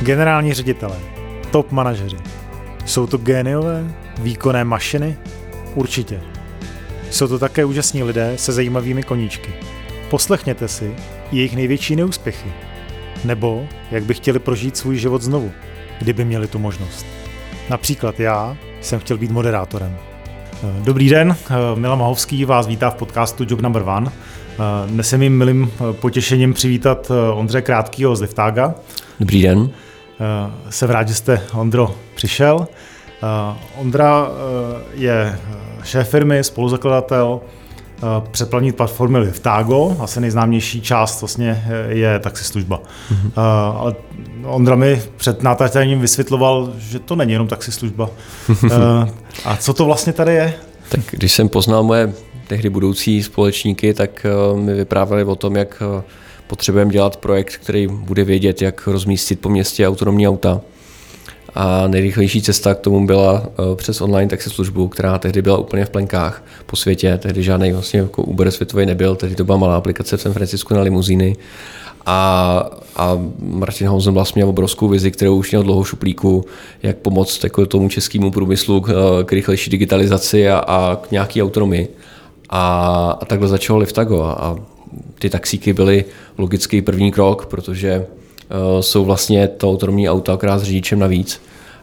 Generální ředitelé, top manažeři. Jsou to géniové, výkonné mašiny? Určitě. Jsou to také úžasní lidé se zajímavými koníčky. Poslechněte si jejich největší neúspěchy. Nebo jak by chtěli prožít svůj život znovu, kdyby měli tu možnost. Například já jsem chtěl být moderátorem. Dobrý den, Milan Mahovský vás vítá v podcastu Job Number One. Dnes je mým milým potěšením přivítat Ondřeje Krátkýho z Liftaga. Dobrý den. Jsem rád, že jste, Ondro, přišel. Ondra je šéf firmy, spoluzakladatel přepravní platformy Liftago. Asi nejznámější část vlastně je taxislužba. Ale Ondra mi před natáčením vysvětloval, že to není jenom taxislužba. A co to vlastně tady je? Tak když jsem poznal moje tehdy budoucí společníky, tak mi vyprávěli o tom, jak potřebujeme dělat projekt, který bude vědět, jak rozmístit po městě autonomní auta. A nejrychlejší cesta k tomu byla přes online taxislužbu, která tehdy byla úplně v plenkách po světě. Tehdy žádný vlastně jako Uber světový nebyl, tehdy to byla malá aplikace v San Francisku na limuzíny. A Martin Hausenblas měl obrovskou vizi, kterou už měl dlouho v šuplíku, jak pomoct jako tomu českému průmyslu k rychlejší digitalizaci a k nějaký autonomii. A takhle začalo Liftago. A ty taxíky byly logický první krok, protože jsou vlastně to autonomní auto akorát s řidičem navíc.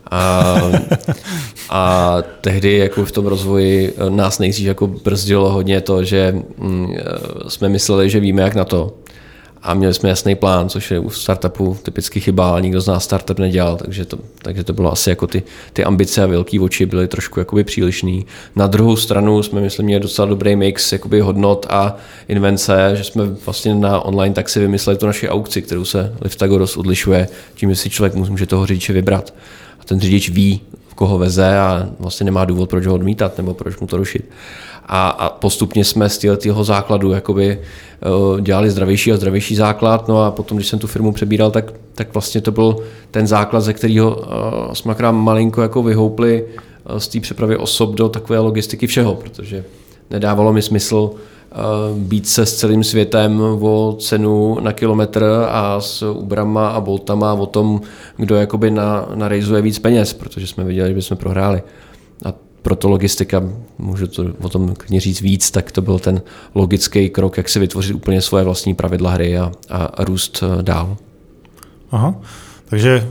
A tehdy jako v tom rozvoji nás nejdřív jako brzdilo hodně to, že jsme mysleli, že víme jak na to. A měli jsme jasný plán, což je u startupu typicky chyba, ale nikdo z nás startup nedělal, takže to bylo asi jako ty ambice a velký oči byly trošku jakoby přílišný. Na druhou stranu jsme, myslím, měli docela dobrý mix jakoby hodnot a invence, že jsme vlastně na online taxi vymysleli tu naši aukci, kterou se Liftago dost odlišuje tím, že si člověk může toho řidiče vybrat. A ten řidič ví, koho veze a vlastně nemá důvod, proč ho odmítat nebo proč mu to rušit. A postupně jsme z toho základu jakoby dělali zdravější a zdravější základ. No a potom, když jsem tu firmu přebíral, tak vlastně to byl ten základ, ze kterého jsme akorát malinko jako vyhoupli z té přepravy osob do takové logistiky všeho, protože nedávalo mi smysl být se s celým světem o cenu na kilometr a s Uberama a Boltama o tom, kdo jakoby narejzuje víc peněz, protože jsme viděli, že bychom prohráli. A proto logistika, můžu to o tom klidně říct víc, tak to byl ten logický krok, jak si vytvořit úplně svoje vlastní pravidla hry a růst dál. Aha, takže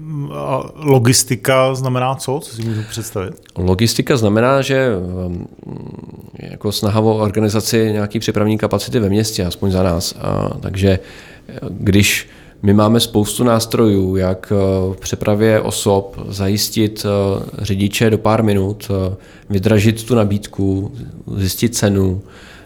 logistika znamená co? Co si můžu představit? Logistika znamená, že jako snaha o organizaci nějaký přepravní kapacity ve městě, aspoň za nás. Takže když my máme spoustu nástrojů, jak v přepravě osob zajistit řidiče do pár minut, vydražit tu nabídku, zjistit cenu,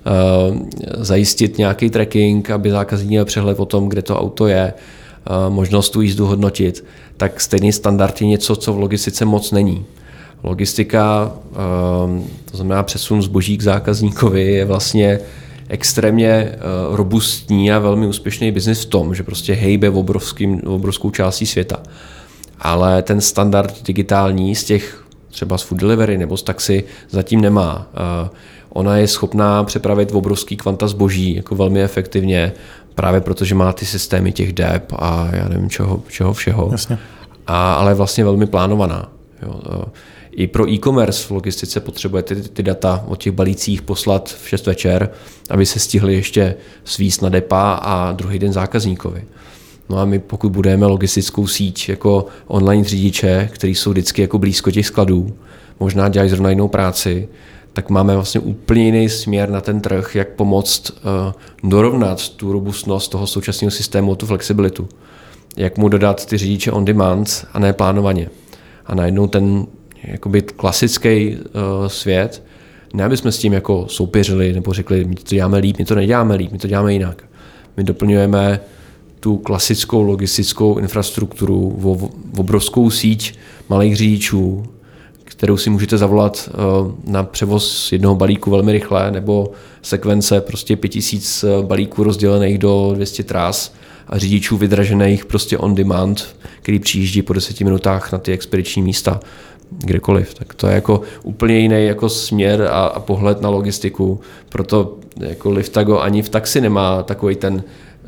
zajistit nějaký tracking, aby zákazník měl přehled o tom, kde to auto je, možnost tu jízdu hodnotit, tak stejný standard je něco, co v logistice moc není. Logistika, to znamená přesun zboží k zákazníkovi, je vlastně extrémně robustní a velmi úspěšný biznis v tom, že prostě hejbe obrovskou částí světa. Ale ten standard digitální z těch třeba z food delivery nebo z taxi zatím nemá. Ona je schopná přepravit obrovský kvanta zboží jako velmi efektivně, právě protože má ty systémy těch DEP a já nevím čeho všeho. Jasně. Ale vlastně velmi plánovaná. Jo. I pro e-commerce v logistice potřebujete ty data o těch balících poslat v 6 večer, aby se stihli ještě svízt na depa a druhý den zákazníkovi. No a my pokud budeme logistickou síť jako online řidiče, který jsou vždycky jako blízko těch skladů, možná dělají zrovna jinou práci, tak máme vlastně úplně jiný směr na ten trh, jak pomoct dorovnat tu robustnost toho současného systému, tu flexibilitu. Jak mu dodat ty řidiče on demand a ne plánovaně. A najednou ten jakoby klasický svět, ne aby jsme s tím jako soupeřili nebo řekli, my to děláme líp, my to neděláme líp, my to děláme jinak. My doplňujeme tu klasickou logistickou infrastrukturu v obrovskou síť malých řidičů, kterou si můžete zavolat na převoz jednoho balíku velmi rychle, nebo sekvence prostě 5000 balíků rozdělených do 200 tras a řidičů vydražených prostě on demand, který přijíždí po 10 minutách na ty expediční místa kdekoliv. Tak to je jako úplně jiný jako směr a pohled na logistiku. Proto jako Liftago ani v taxi nemá takový ten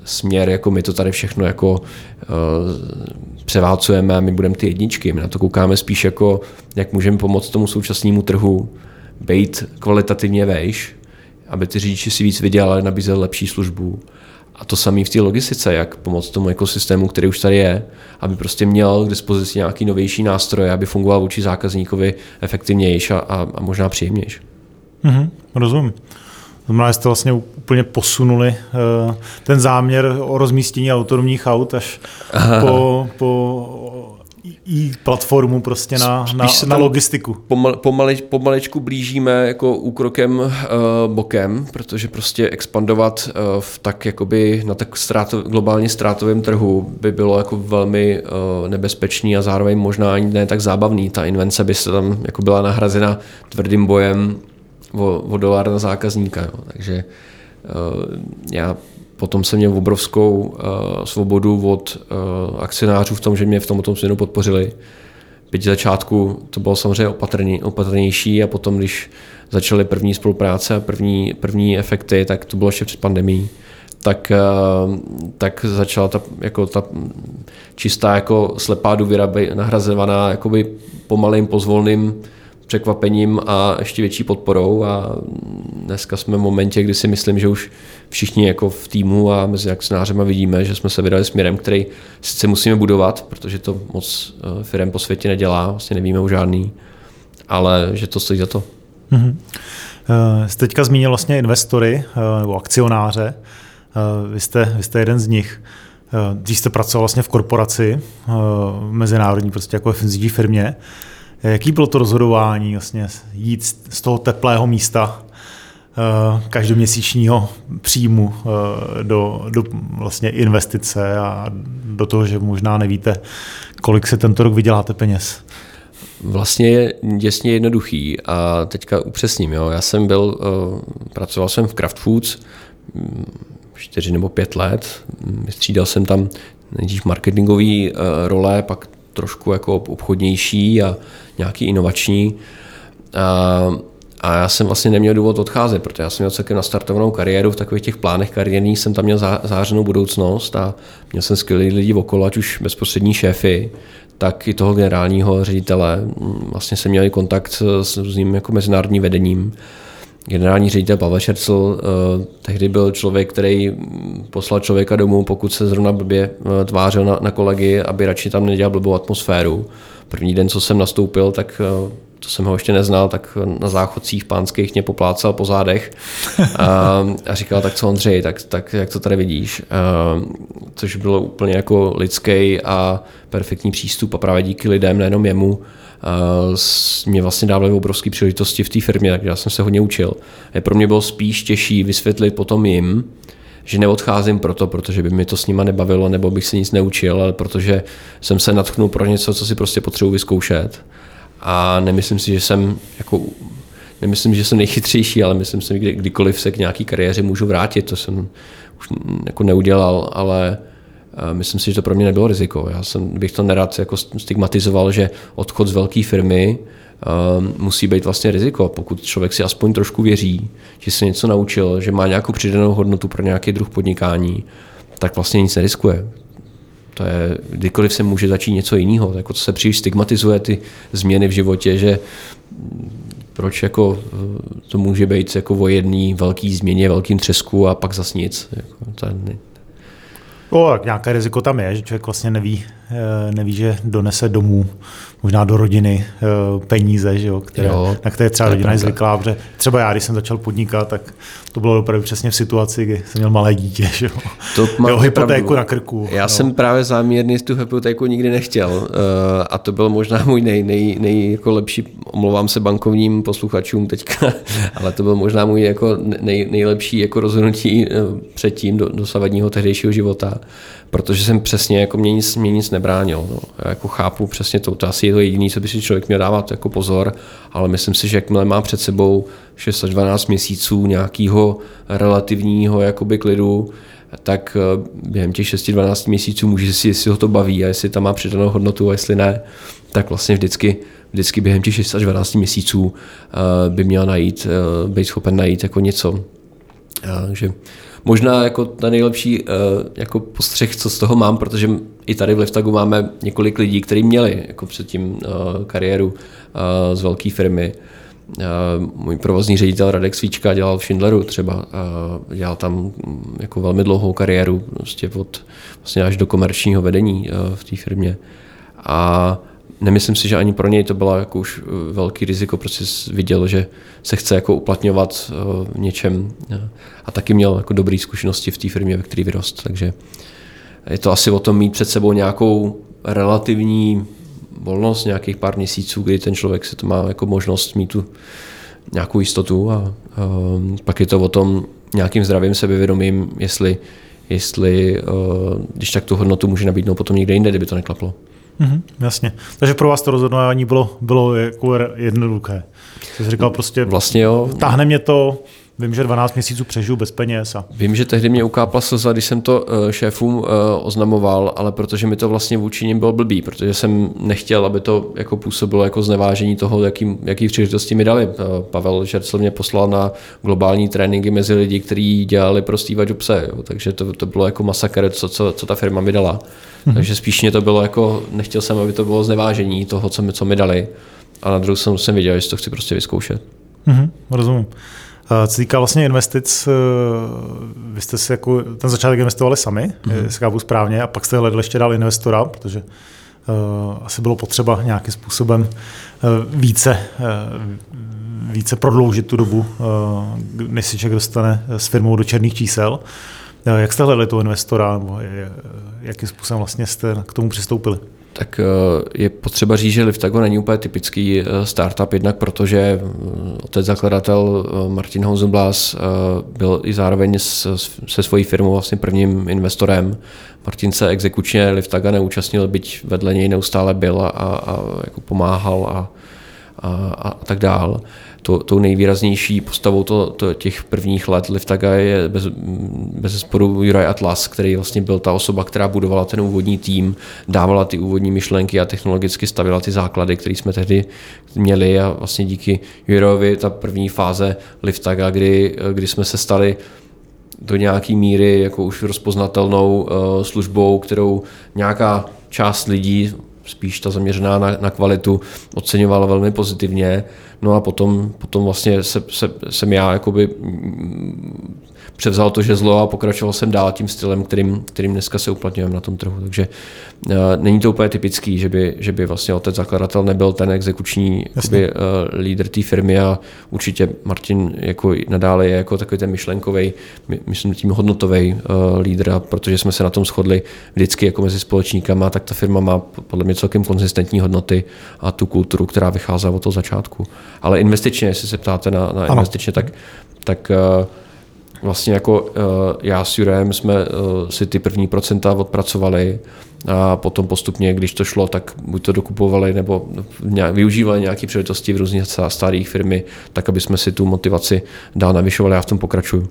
směr, jako my to tady všechno jako převálcujeme a my budeme ty jedničky. My na to koukáme spíš jako, jak můžeme pomoct tomu současnému trhu být kvalitativně vejš, aby ty řidiči si víc vydělali, nabízeli lepší službu. A to samé v té logistice, jak pomoct tomu ekosystému, který už tady je, aby prostě měl k dispozici nějaký novější nástroje, aby fungoval vůči zákazníkovi efektivnější a možná příjemnější. Rozumím. Znamená, jste vlastně úplně posunuli ten záměr o rozmístění autonomních aut až po platformu prostě na logistiku. Pomalečku blížíme jako úkrokem bokem, protože prostě expandovat v tak jakoby na tak globálně ztrátovém trhu by bylo jako velmi nebezpečný a zároveň možná ani ne tak zábavný. Ta invence by se tam jako byla nahrazena tvrdým bojem o dolar na zákazníka. Jo. Takže já potom jsem měl obrovskou svobodu od akcionářů v tom, že mě v tomto směru podpořili. Byť začátku to bylo samozřejmě opatrnější a potom, když začaly první spolupráce a první efekty, tak to bylo ještě před pandemií, tak začala ta čistá jako slepá důvěra být nahrazovaná jakoby pomalým, pozvolným překvapením a ještě větší podporou a dneska jsme v momentě, kdy si myslím, že už všichni jako v týmu a mezi akcionářema vidíme, že jsme se vydali směrem, který sice musíme budovat, protože to moc firem po světě nedělá, vlastně nevíme o žádný, ale že to stojí za to. Jste teďka zmínil vlastně investory nebo akcionáře, vy jste jeden z nich. Dřív jste pracoval vlastně v korporaci mezinárodní, prostě jako FMCG firmě. Jaký bylo to rozhodování vlastně jít z toho teplého místa každoměsíčního příjmu do vlastně investice a do toho, že možná nevíte, kolik se tento rok vyděláte peněz? Vlastně je děsně jednoduchý a teďka upřesním. Jo. Pracoval jsem v Kraft Foods 4 nebo 5 let, vystřídal jsem tam nejdřív marketingové role, pak trošku jako obchodnější a nějaký inovační. A já jsem vlastně neměl důvod odcházet, protože já jsem měl celkem nastartovanou kariéru, v takových těch plánech kariérních jsem tam měl zářenou budoucnost a měl jsem skvělý lidi okolo, ať už bezprostřední šéfy, tak i toho generálního ředitele. Vlastně jsem měl i kontakt s ním jako mezinárodním vedením. Generální ředitel Pavel Šercl tehdy byl člověk, který poslal člověka domů, pokud se zrovna blbě tvářil na kolegy, aby radši tam nedělal blbou atmosféru. První den, co jsem nastoupil, tak to jsem ho ještě neznal, tak na záchodcích pánských mě poplácal po zádech a říkal, tak co Ondřej, tak jak to tady vidíš. Což bylo úplně jako lidský a perfektní přístup a právě díky lidem, nejenom jemu, mě vlastně dávaly obrovské příležitosti v té firmě, takže já jsem se hodně učil. A pro mě bylo spíš těžší vysvětlit potom jim, že neodcházím protože by mi to s nima nebavilo, nebo bych se nic neučil, ale protože jsem se natchnul pro něco, co si prostě potřebuji vyzkoušet. A nemyslím si, že jsem nejchytřejší, ale myslím si, že kdykoliv se k nějaký kariéře můžu vrátit, to jsem už jako neudělal, ale myslím si, že to pro mě nebylo riziko. Bych to nerad jako stigmatizoval, že odchod z velké firmy musí být vlastně riziko. Pokud člověk si aspoň trošku věří, že se něco naučil, že má nějakou přidanou hodnotu pro nějaký druh podnikání, tak vlastně nic neriskuje. To je, kdykoliv se může začít něco jiného. Jako to se příliš stigmatizuje ty změny v životě, že proč jako to může být jako o jedný velký změně, velkým třesku a pak zas nic. Tak nějaké riziko tam je, že člověk vlastně neví, že donese domů, možná do rodiny peníze, že jo, na které třeba rodina je zvyklá. Protože třeba já, když jsem začal podnikat, tak to bylo opravdu přesně v situaci, kdy jsem měl malé dítě, že jo. To mám hypotéku na krku. Já jsem právě záměrně tu hypotéku nikdy nechtěl a to byl možná můj jako lepší, omlouvám se bankovním posluchačům teďka, ale to byl možná můj jako nejlepší jako rozhodnutí předtím do dosavadního tehdejšího života. Protože jsem přesně, jako mě nic nebránil. No. Já jako chápu přesně to asi je to jediné, co by si člověk měl dávat jako pozor, ale myslím si, že jakmile má před sebou 6 až 12 měsíců nějakého relativního jakoby klidu, tak během těch 6-12 měsíců může si, jestli ho to baví a jestli tam má přidanou hodnotu a jestli ne, tak vlastně vždycky během těch 6 až 12 měsíců by měl být schopen najít jako něco, Takže možná jako ta nejlepší jako postřeh, co z toho mám, protože i tady v Liftagu máme několik lidí, kteří měli jako předtím kariéru z velké firmy. Můj provozní ředitel Radek Svíčka dělal v Schindleru třeba, dělal tam jako velmi dlouhou kariéru, prostě vlastně až do komerčního vedení v té firmě. A nemyslím si, že ani pro něj to bylo jako už velký riziko, protože viděl, že se chce jako uplatňovat v něčem a taky měl jako dobré zkušenosti v té firmě, ve které vyrost. Takže je to asi o tom mít před sebou nějakou relativní volnost, nějakých pár měsíců, kdy ten člověk si to má jako možnost mít tu nějakou jistotu a pak je to o tom nějakým zdravým sebevědomím, jestli když tak tu hodnotu může nabídnout potom někde jinde, kdyby to neklaplo. Jasně. Takže pro vás to rozhodování bylo jako jednoduché. Jsi říkal prostě, vlastně jo. Táhne mě to, vím, že 12 měsíců přežiju bez peněz. Vím, že tehdy mě ukápla slza, když jsem to šéfům oznamoval, ale protože mi to vlastně vůči nim bylo blbý, protože jsem nechtěl, aby to jako působilo jako znevážení toho, jaký příležitosti mi dali. Pavel Žercl mě poslal na globální tréninky mezi lidi, kteří dělali pro Steva Jobse, jo. Takže to bylo jako masakr, co ta firma mi dala. Takže spíš mě to bylo jako, nechtěl jsem, aby to bylo znevážení toho, co mi dali. A na druhou stranu jsem viděl, že to chci prostě vyzkoušet. Rozumím. Co týká vlastně investic, vy jste si jako ten začátek investovali sami, jestli chápu správně, a pak jste hledali ještě dál investora, protože asi bylo potřeba nějakým způsobem více prodloužit tu dobu, než se člověk dostane s firmou do černých čísel. Jak jste hledali toho investora, nebo jakým způsobem vlastně jste k tomu přistoupili? Tak je potřeba říct, že Liftago není úplně typický startup, jednak protože otec zakladatel Martin Housenblas byl i zároveň se svojí firmou vlastně prvním investorem. Martin se exekučně Liftaga neúčastnil, byť vedle něj neustále byl a jako pomáhal a tak dál. Tou nejvýraznější postavou těch prvních let Liftaga je bezesporu Juraj Atlas, který vlastně byl ta osoba, která budovala ten úvodní tým, dávala ty úvodní myšlenky a technologicky stavila ty základy, které jsme tehdy měli, a vlastně díky Jurajovi ta první fáze Liftaga, kdy jsme se stali do nějaký míry jako už rozpoznatelnou službou, kterou nějaká část lidí, spíš ta zaměřená na kvalitu, oceňovala velmi pozitivně. No a potom vlastně jsem já jakoby převzal to žezlo a pokračoval jsem dál tím stylem, kterým dneska se uplatňujeme na tom trhu. Takže není to úplně typický, že by vlastně otec zakladatel nebyl ten exekuční lídr té firmy, a určitě Martin jako nadále je jako takový ten myšlenkový, myslím tím hodnotový lídr, protože jsme se na tom shodli vždycky jako mezi společníkama, tak ta firma má podle mě celkem konzistentní hodnoty a tu kulturu, která vychází od toho začátku. Ale investičně, jestli se ptáte na investičně, tak vlastně jako já s Jurajem jsme si ty první procenta odpracovali a potom postupně, když to šlo, tak buď to dokupovali nebo využívali nějaké příležitosti v různých stádiích firmy, tak aby jsme si tu motivaci dál navyšovali. Já v tom pokračuju.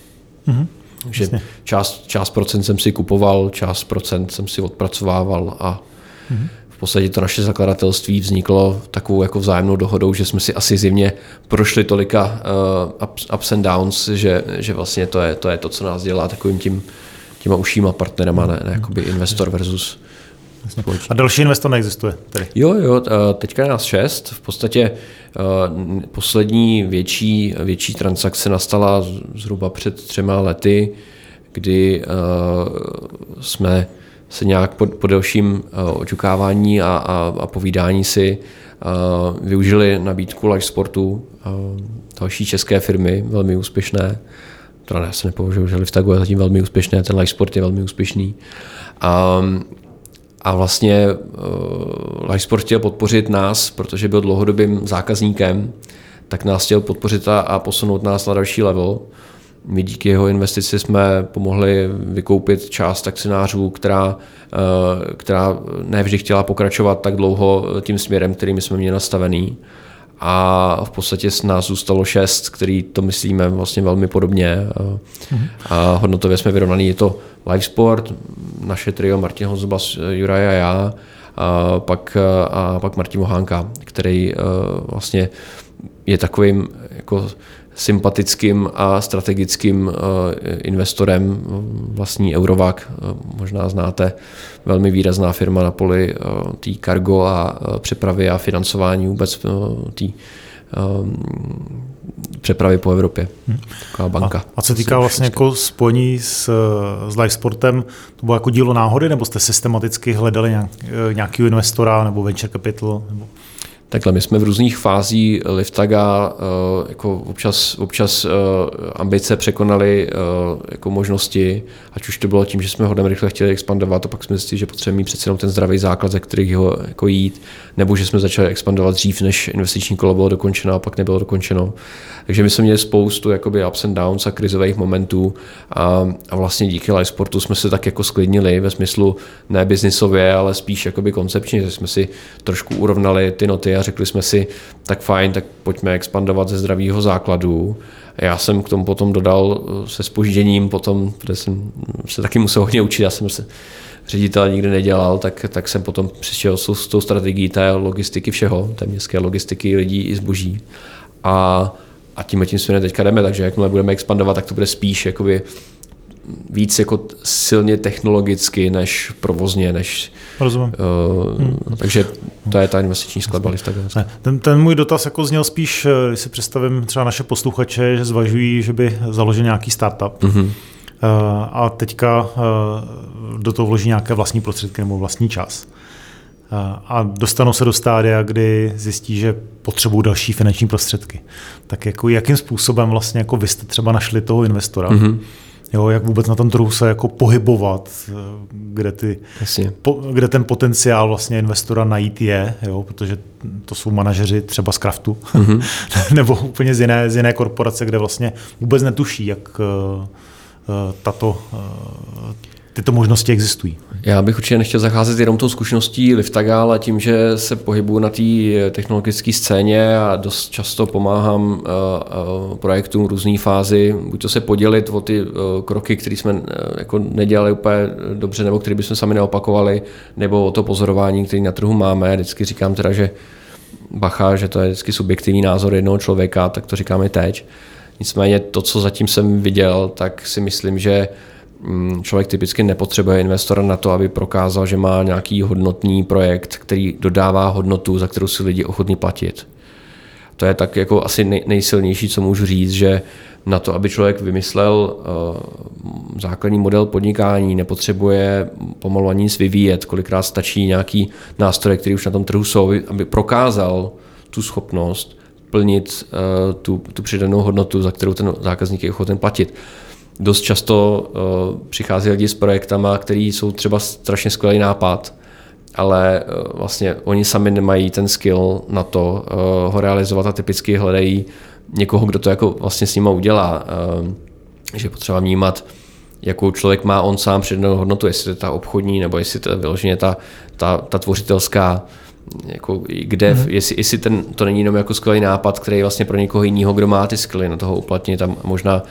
Takže část procent jsem si kupoval, část procent jsem si odpracovával a v podstatě to naše zakladatelství vzniklo takovou jako vzájemnou dohodou, že jsme si asi zimně prošli tolika ups and downs, že vlastně to je to, co nás dělá takovým těma užšíma partnerama, ne jakoby investor versus společník. A další investor neexistuje tedy? Jo, teďka je nás 6. V podstatě poslední větší transakce nastala zhruba před 3 lety, kdy jsme se nějak po delším očekávání a povídání si využili nabídku Live Sportu, další české firmy, velmi úspěšné. Teda já se nepovažuji, že Liftago je zatím velmi úspěšné, ten Live Sport je velmi úspěšný. A vlastně Live Sport chtěl podpořit nás, protože byl dlouhodobým zákazníkem, tak nás chtěl podpořit a posunout nás na další level. My díky jeho investici jsme pomohli vykoupit část akcionářů, která nevždy chtěla pokračovat tak dlouho tím směrem, kterým jsme měli nastavený. A v podstatě z nás zůstalo 6, který to myslíme vlastně velmi podobně. A hodnotově jsme vyrovnaný. Je to Live Sport, naše trio Martin Housenblas, Juraj a já, a pak Martin Mohánka, který vlastně je takovým jako sympatickým a strategickým investorem, vlastní Eurovac, možná znáte, velmi výrazná firma na poli té cargo a přepravy a financování vůbec té přepravy po Evropě. Taková banka. A co týká vlastně jako spojení s live sportem, to bylo jako dílo náhody, nebo jste systematicky hledali nějakého investora nebo venture capital? Nebo... Takhle, my jsme v různých fázích Liftaga jako občas ambice překonali jako možnosti, ať už to bylo tím, že jsme hodně rychle chtěli expandovat, a pak jsme zjistili, že potřebujeme mít přece jenom ten zdravý základ, ze kterého jako jít, nebo že jsme začali expandovat dřív, než investiční kolo bylo dokončeno a pak nebylo dokončeno. Takže my jsme měli spoustu jakoby ups and downs a krizových momentů a vlastně díky live sportu jsme se tak jako sklidnili ve smyslu ne biznisově, ale spíš jakoby koncepčně, že jsme si trošku urovnali ty noty a řekli jsme si, tak fajn, tak pojďme expandovat ze zdravého základu. A já jsem k tomu potom dodal se zpožděním, potom, protože jsem se taky musel hodně učit, já jsem se ředitel nikdy nedělal, tak jsem potom přišel s tou strategií té logistiky všeho, té městské logistiky lidí i zboží. A tím směrem teďka jdeme, takže jakmile budeme expandovat, tak to bude spíš jakoby víc jako silně technologicky než provozně, než... Rozumím. Takže to je ta investiční skladba Liftaga. Ten můj dotaz jako zněl spíš, když si představím třeba naše posluchače, že zvažují, že by založil nějaký startup a teďka do toho vloží nějaké vlastní prostředky nebo vlastní čas. A dostanou se do stádia, kdy zjistí, že potřebují další finanční prostředky. Tak jako jakým způsobem vlastně jako vy jste třeba našli toho investora? Jo, jak vůbec na tom trhu se jako pohybovat, kde ten potenciál vlastně investora najít je, jo, protože to jsou manažeři třeba z Craftu nebo úplně z jiné korporace, kde vlastně vůbec netuší, jak tyto možnosti existují. Já bych určitě nechtěl zacházet jenom tou zkušeností Liftaga, ale tím, že se pohybuju na té technologické scéně a dost často pomáhám projektům v různé fázi, buď to se podělit o ty kroky, které jsme jako nedělali úplně dobře, nebo které bychom sami neopakovali, nebo o to pozorování, které na trhu máme. Vždycky říkám teda, že bacha, že to je vždycky subjektivní názor jednoho člověka, tak to říkáme teď. Nicméně to, co zatím jsem viděl, tak si myslím, že člověk typicky nepotřebuje investora na to, aby prokázal, že má nějaký hodnotný projekt, který dodává hodnotu, za kterou si lidi ochotní platit. To je tak jako asi nejsilnější, co můžu říct, že na to, aby člověk vymyslel základní model podnikání, nepotřebuje pomalu ani nic vyvíjet. Kolikrát stačí nějaký nástroje, které už na tom trhu jsou, aby prokázal tu schopnost plnit tu přidanou hodnotu, za kterou ten zákazník je ochoten platit. Dost často přichází lidi s projektama, který jsou třeba strašně skvělý nápad, ale vlastně oni sami nemají ten skill na to ho realizovat a typicky hledají někoho, kdo to jako vlastně s nima udělá. Že potřeba vnímat, jakou člověk má on sám přidanou hodnotu, jestli to je ta obchodní, nebo jestli to je vyloženě ta tvořitelská, jako kde, jestli to není jenom jako skvělý nápad, který je vlastně pro někoho jiného, kdo má ty skilly na toho uplatnit, tam možná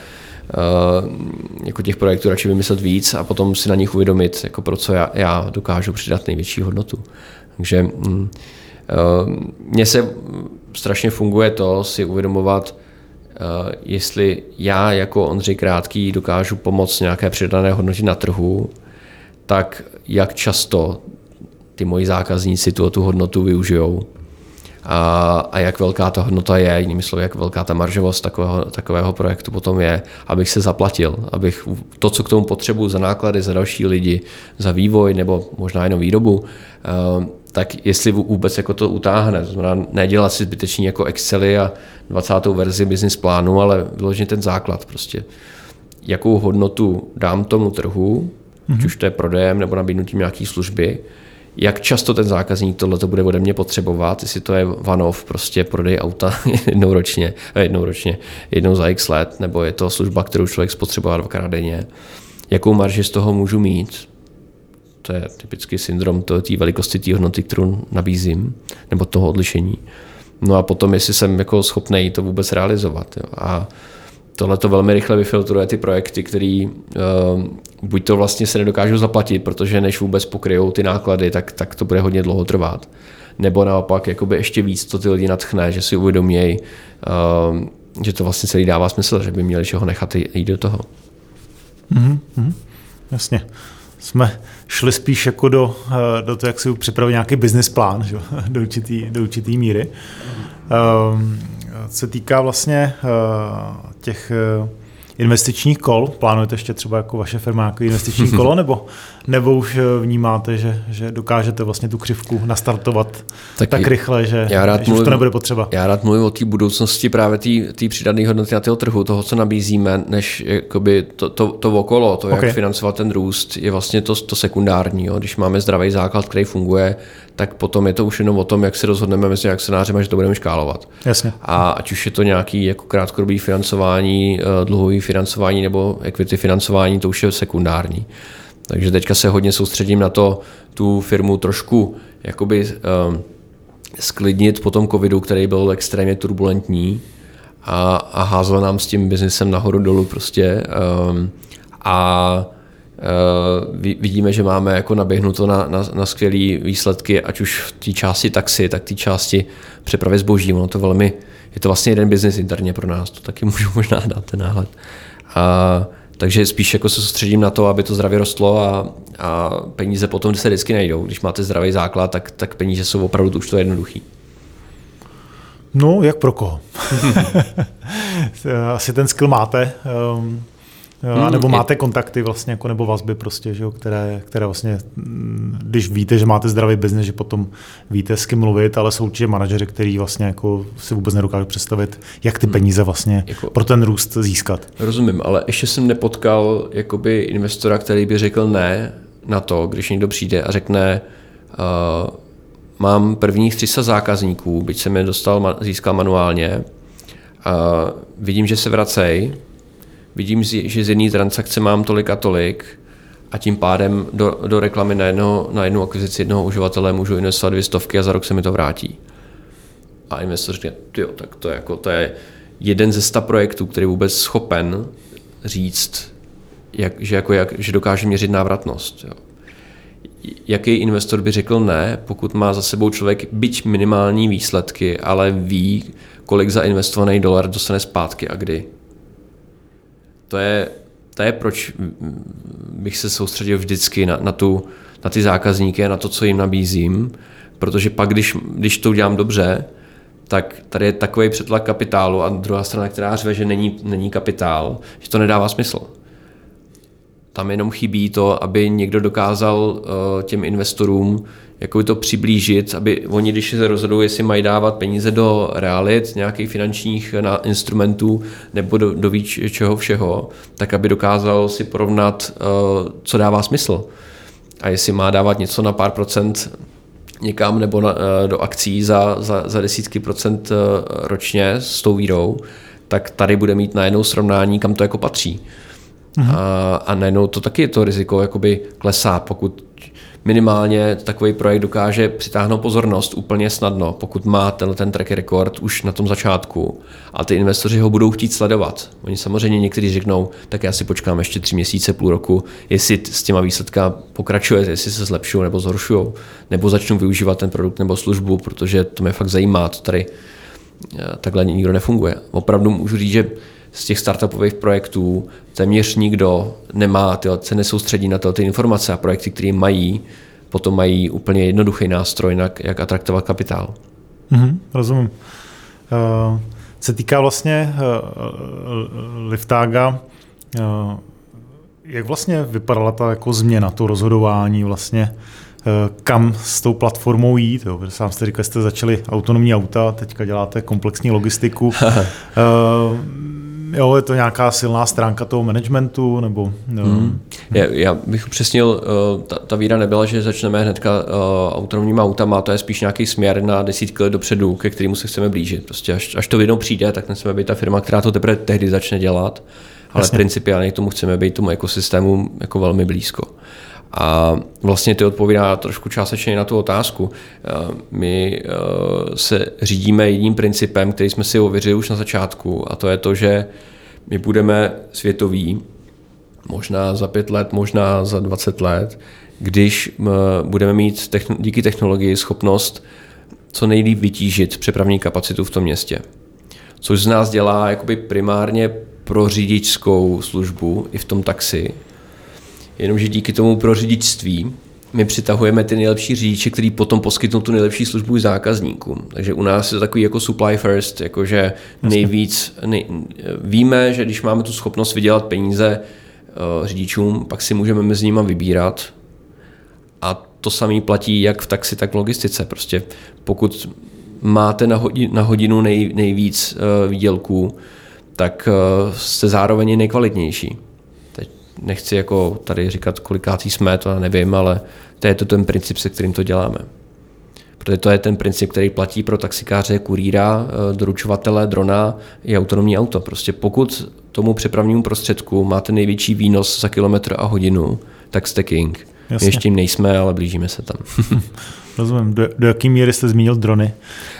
jako těch projektů radši vymyslet víc a potom si na nich uvědomit, jako pro co já dokážu přidat největší hodnotu. Takže mně se strašně funguje to si uvědomovat, jestli já jako Ondřej Krátký dokážu pomoct nějaké přidané hodnotě na trhu, tak jak často ty moji zákazníci tu hodnotu využijou. A jak velká ta hodnota je, jinými slovy, jak velká ta maržovost takového projektu potom je, abych se zaplatil, abych to, co k tomu potřebuji za náklady, za další lidi, za vývoj nebo možná jenom výrobu, tak jestli vůbec jako to utáhne. To znamená nedělat si zbytečný jako Excely a 20. verzi business plánu, ale vyložit ten základ prostě. Jakou hodnotu dám tomu trhu, ať už to je prodejem nebo nabídnutím nějaké služby, jak často ten zákazník tohleto bude ode mě potřebovat, jestli to je one-off, prostě prodej auta jednou za x let, nebo je to služba, kterou člověk spotřebuje 2krát denně. Jakou marži z toho můžu mít? To je typický syndrom té velikosti té hodnoty, kterou nabízím, nebo toho odlišení. No a potom, jestli jsem jako schopný to vůbec realizovat. Jo. A tohle to velmi rychle vyfiltruje ty projekty, které buď to vlastně se nedokážou zaplatit, protože než vůbec pokryjou ty náklady, tak to bude hodně dlouho trvat. Nebo naopak jakoby ještě víc to ty lidi nadchne, že si uvědomějí, že to vlastně celý dává smysl, že by měli čeho nechat jít do toho. Jasně. Jsme šli spíš jako do toho, jak si připravit nějaký business plán, že? do určitý míry. Co se týká vlastně těch investičních kol, plánujete ještě třeba jako vaše firma jako investiční kolo, nebo už vnímáte, že dokážete vlastně tu křivku nastartovat tak rychle, že už to nebude potřeba? Já rád mluvím o té budoucnosti právě té přidané hodnoty na toho trhu, toho, co nabízíme, než jakoby to okolo, to, jak financovat ten růst, je vlastně to sekundární. Jo. Když máme zdravý základ, který funguje, tak potom je to už jenom o tom, jak se rozhodneme mezi akcionáři, že to budeme škálovat. Jasně. A ať už je to nějaký jako krátkodobý financování, dluhový financování nebo equity financování, to už je sekundární. Takže teďka se hodně soustředím na to, tu firmu trošku jakoby sklidnit po tom covidu, který byl extrémně turbulentní a házel nám s tím biznesem nahoru dolů prostě. Vidíme, že máme jako naběhnuto na skvělé výsledky, ať už v té části taxi, tak té části přepravy zboží. Je to vlastně jeden biznis interně pro nás, to taky můžu možná dát ten náhled. Takže spíš jako se soustředím na to, aby to zdravě rostlo a peníze potom se vždycky najdou. Když máte zdravý základ, tak peníze jsou opravdu už to jednoduchý. No, jak pro koho? Asi ten skill máte. Nebo máte kontakty vlastně, jako, nebo vazby prostě, že jo, které vlastně, když víte, že máte zdravý biznes, že potom víte, s kým mluvit, ale jsou určitě manažeři, kteří vlastně jako si vůbec nedokážou představit, jak ty peníze vlastně jako pro ten růst získat. Rozumím, ale ještě jsem nepotkal jakoby investora, který by řekl ne na to, když někdo přijde a řekne mám prvních 300 zákazníků, byť jsem je získal manuálně, vidím, že se vracejí, vidím, že z jedné transakce mám tolik a tolik a tím pádem do reklamy na jednu akvizici jednoho uživatele můžu investovat 200 a za rok se mi to vrátí. A investor říká, tak to je jeden ze 100 projektů, který je vůbec schopen říct, že dokáže měřit návratnost. Jo. Jaký investor by řekl ne, pokud má za sebou člověk byť minimální výsledky, ale ví, kolik zainvestovaný dolar dostane zpátky a kdy. To je proč bych se soustředil vždycky na ty zákazníky a na to, co jim nabízím, protože pak, když to udělám dobře, tak tady je takový přetlak kapitálu a druhá strana, která řve, že není kapitál, že to nedává smysl. Tam jenom chybí to, aby někdo dokázal těm investorům jako to přiblížit, aby oni, když se rozhodují, jestli mají dávat peníze do realit, nějakých finančních instrumentů nebo do víc čeho všeho, tak aby dokázal si porovnat, co dává smysl. A jestli má dávat něco na pár procent někam nebo do akcí za desítky procent ročně s tou vírou, tak tady bude mít najednou srovnání, kam to jako patří. A najednou to taky je to riziko jakoby klesá, pokud minimálně takový projekt dokáže přitáhnout pozornost úplně snadno, pokud má ten track record už na tom začátku a ty investoři ho budou chtít sledovat. Oni samozřejmě někteří řeknou, tak já si počkám ještě 3 měsíce, půl roku, jestli s těma výsledka pokračuje, jestli se zlepšují nebo zhoršují, nebo začnou využívat ten produkt nebo službu, protože to mě fakt zajímá, to tady takhle nikdo nefunguje. Opravdu můžu říct, že z těch startupových projektů téměř nikdo nemá, se nesoustředí na ty informace a projekty, které mají, potom mají úplně jednoduchý nástroj, jak atraktovat kapitál. Rozumím. Se týká vlastně Liftaga, jak vlastně vypadala ta jako změna, to rozhodování vlastně, kam s tou platformou jít. Jo? Protože sám jste říkal, jste začali autonomní auta, teďka děláte komplexní logistiku. Jo, je to nějaká silná stránka toho managementu, nebo... Já bych upřesnil, ta víra nebyla, že začneme hnedka autonomníma autama, to je spíš nějaký směr na desítky let dopředu, ke kterému se chceme blížit. Prostě až to jednou přijde, tak nechceme být ta firma, která to teprve tehdy začne dělat, ale principiálně k tomu chceme být tomu ekosystému jako velmi blízko. A vlastně to odpovídá trošku částečně na tu otázku. My se řídíme jedním principem, který jsme si ověřili už na začátku, a to je to, že my budeme světoví, možná za 5 let, možná za 20 let, když budeme mít díky technologii schopnost co nejlíp vytížit přepravní kapacitu v tom městě. což z nás dělá jakoby primárně pro řidičskou službu i v tom taxi. Jenomže díky tomu pro řidičství my přitahujeme ty nejlepší řidiče, kteří potom poskytnou tu nejlepší službu zákazníkům. Takže u nás je to takový jako supply first, jakože víme, že když máme tu schopnost vydělat peníze řidičům, pak si můžeme mezi nimi vybírat. A to samé platí jak v taxi, tak v logistice. Prostě pokud máte na hodinu nejvíc výdělků, tak jste zároveň i nejkvalitnější. Teď nechci jako tady říkat, kolikátý jsme, to nevím, ale to je to ten princip, se kterým to děláme. Protože to je ten princip, který platí pro taxikáře, kurýra, doručovatele, drona i autonomní auto. Prostě pokud tomu přepravnímu prostředku máte největší výnos za kilometr a hodinu, tak jste king. My ještě jim nejsme, ale blížíme se tam. Rozumím. Do jaké míry jste zmínil drony?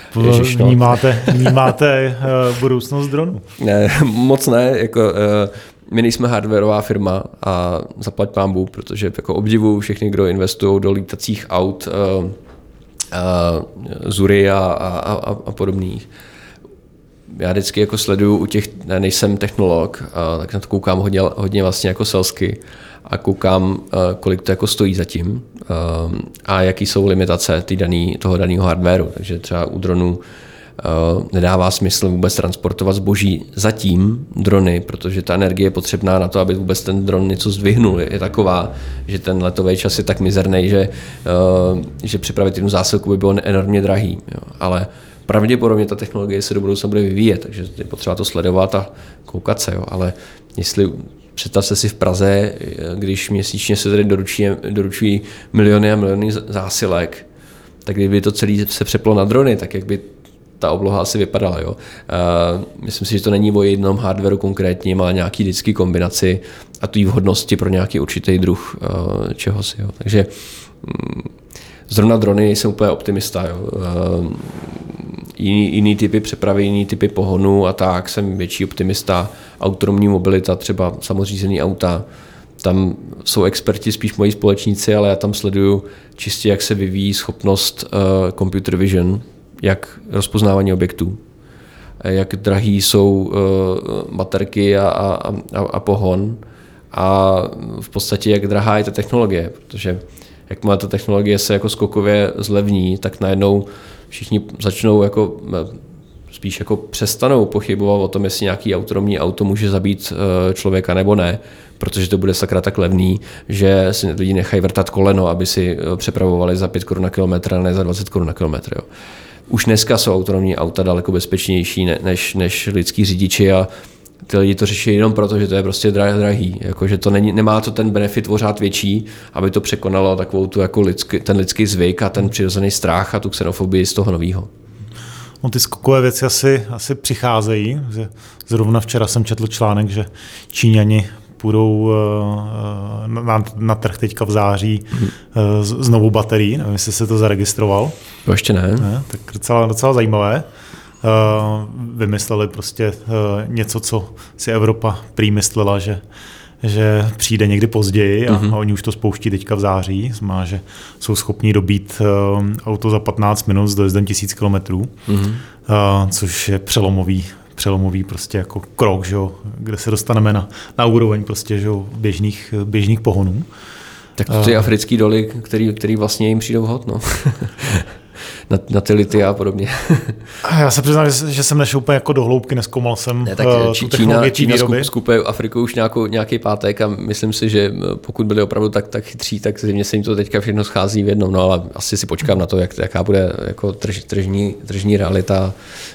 Vnímáte budoucnost dronů? Ne, moc ne. My nejsme hardwareová firma a zaplať pánbůh, protože jako obdivuju všechny, kdo investují do lítacích aut, Zury a podobných. Já vždycky jako sleduju u těch, nejsem technolog, tak na to koukám hodně vlastně jako selsky a koukám, kolik to jako stojí zatím a jaký jsou limitace toho daného hardwareu. Takže třeba u dronů nedává smysl vůbec transportovat zboží zatím drony, protože ta energie je potřebná na to, aby vůbec ten dron něco zdvihnul. Je taková, že ten letový čas je tak mizerný, že připravit jednu zásilku by bylo enormně drahý. Jo. Ale pravděpodobně ta technologie se do budoucna bude vyvíjet, takže je potřeba to sledovat a koukat se. Jo. Ale představte si v Praze, když měsíčně se tady doručují miliony a miliony zásilek, tak kdyby to celé se přeplo na drony, tak jak by ta obloha asi vypadala. Jo. Myslím si, že to není o jednom hardwareu konkrétně, má nějaký vždycky kombinaci a tu vhodnosti pro nějaký určitý druh čehosi. Jo. Takže zrovna drony jsem úplně optimista. Jo. Jiný typy přepravy, jiný typy pohonu a tak jsem větší optimista. Autonomní mobilita, třeba samořízený auta. Tam jsou experti, spíš moji společníci, ale já tam sleduju čistě, jak se vyvíjí schopnost computer vision, jak rozpoznávání objektů, jak drahý jsou baterky a pohon a v podstatě jak drahá je ta technologie, protože jakmile ta technologie se jako skokově zlevní, tak najednou všichni začnou spíš přestanou pochybovat o tom, jestli nějaký autonomní auto může zabít člověka nebo ne, protože to bude sakra tak levný, že si lidi nechají vrtat koleno, aby si přepravovali za 5 korun na kilometr, a ne za 20 korun na kilometr. Jo. Už dneska jsou autonomní auta daleko bezpečnější než lidský řidiči a ty lidi to řeší jenom proto, že to je prostě drahý. Jakože to nemá to ten benefit pořád větší, aby to překonalo takovou tu jako ten lidský zvyk a ten přirozený strach a tu xenofobii z toho novýho. No, ty skokové věci asi přicházejí. Zrovna včera jsem četl článek, že Číňani půjdou na trh teďka v září s novou baterií. Nevím, jestli se to zaregistroval. To ještě ne. Tak docela zajímavé. Vymysleli prostě něco, co si Evropa prý myslela, že přijde někdy později a oni už to spouští teďka v září. Znamená, že jsou schopni dobít auto za 15 minut s dojezdem 1000 kilometrů, což je přelomový prostě jako krok, že jo, kde se dostaneme na úroveň prostě, že jo, běžných pohonů. Tak to ty africký doly, který vlastně jim přijdou hod, no. na ty lity a podobně. Já se přiznám, že jsem nešel úplně jako do hloubky, nezkoumal jsem tu technologii Čína skupuje Afriku už nějaký pátek a myslím si, že pokud byli opravdu tak chytří, tak zřejmě se jim to teďka všechno schází v jednom, no ale asi si počkám na to, jaká bude jako tržní realita.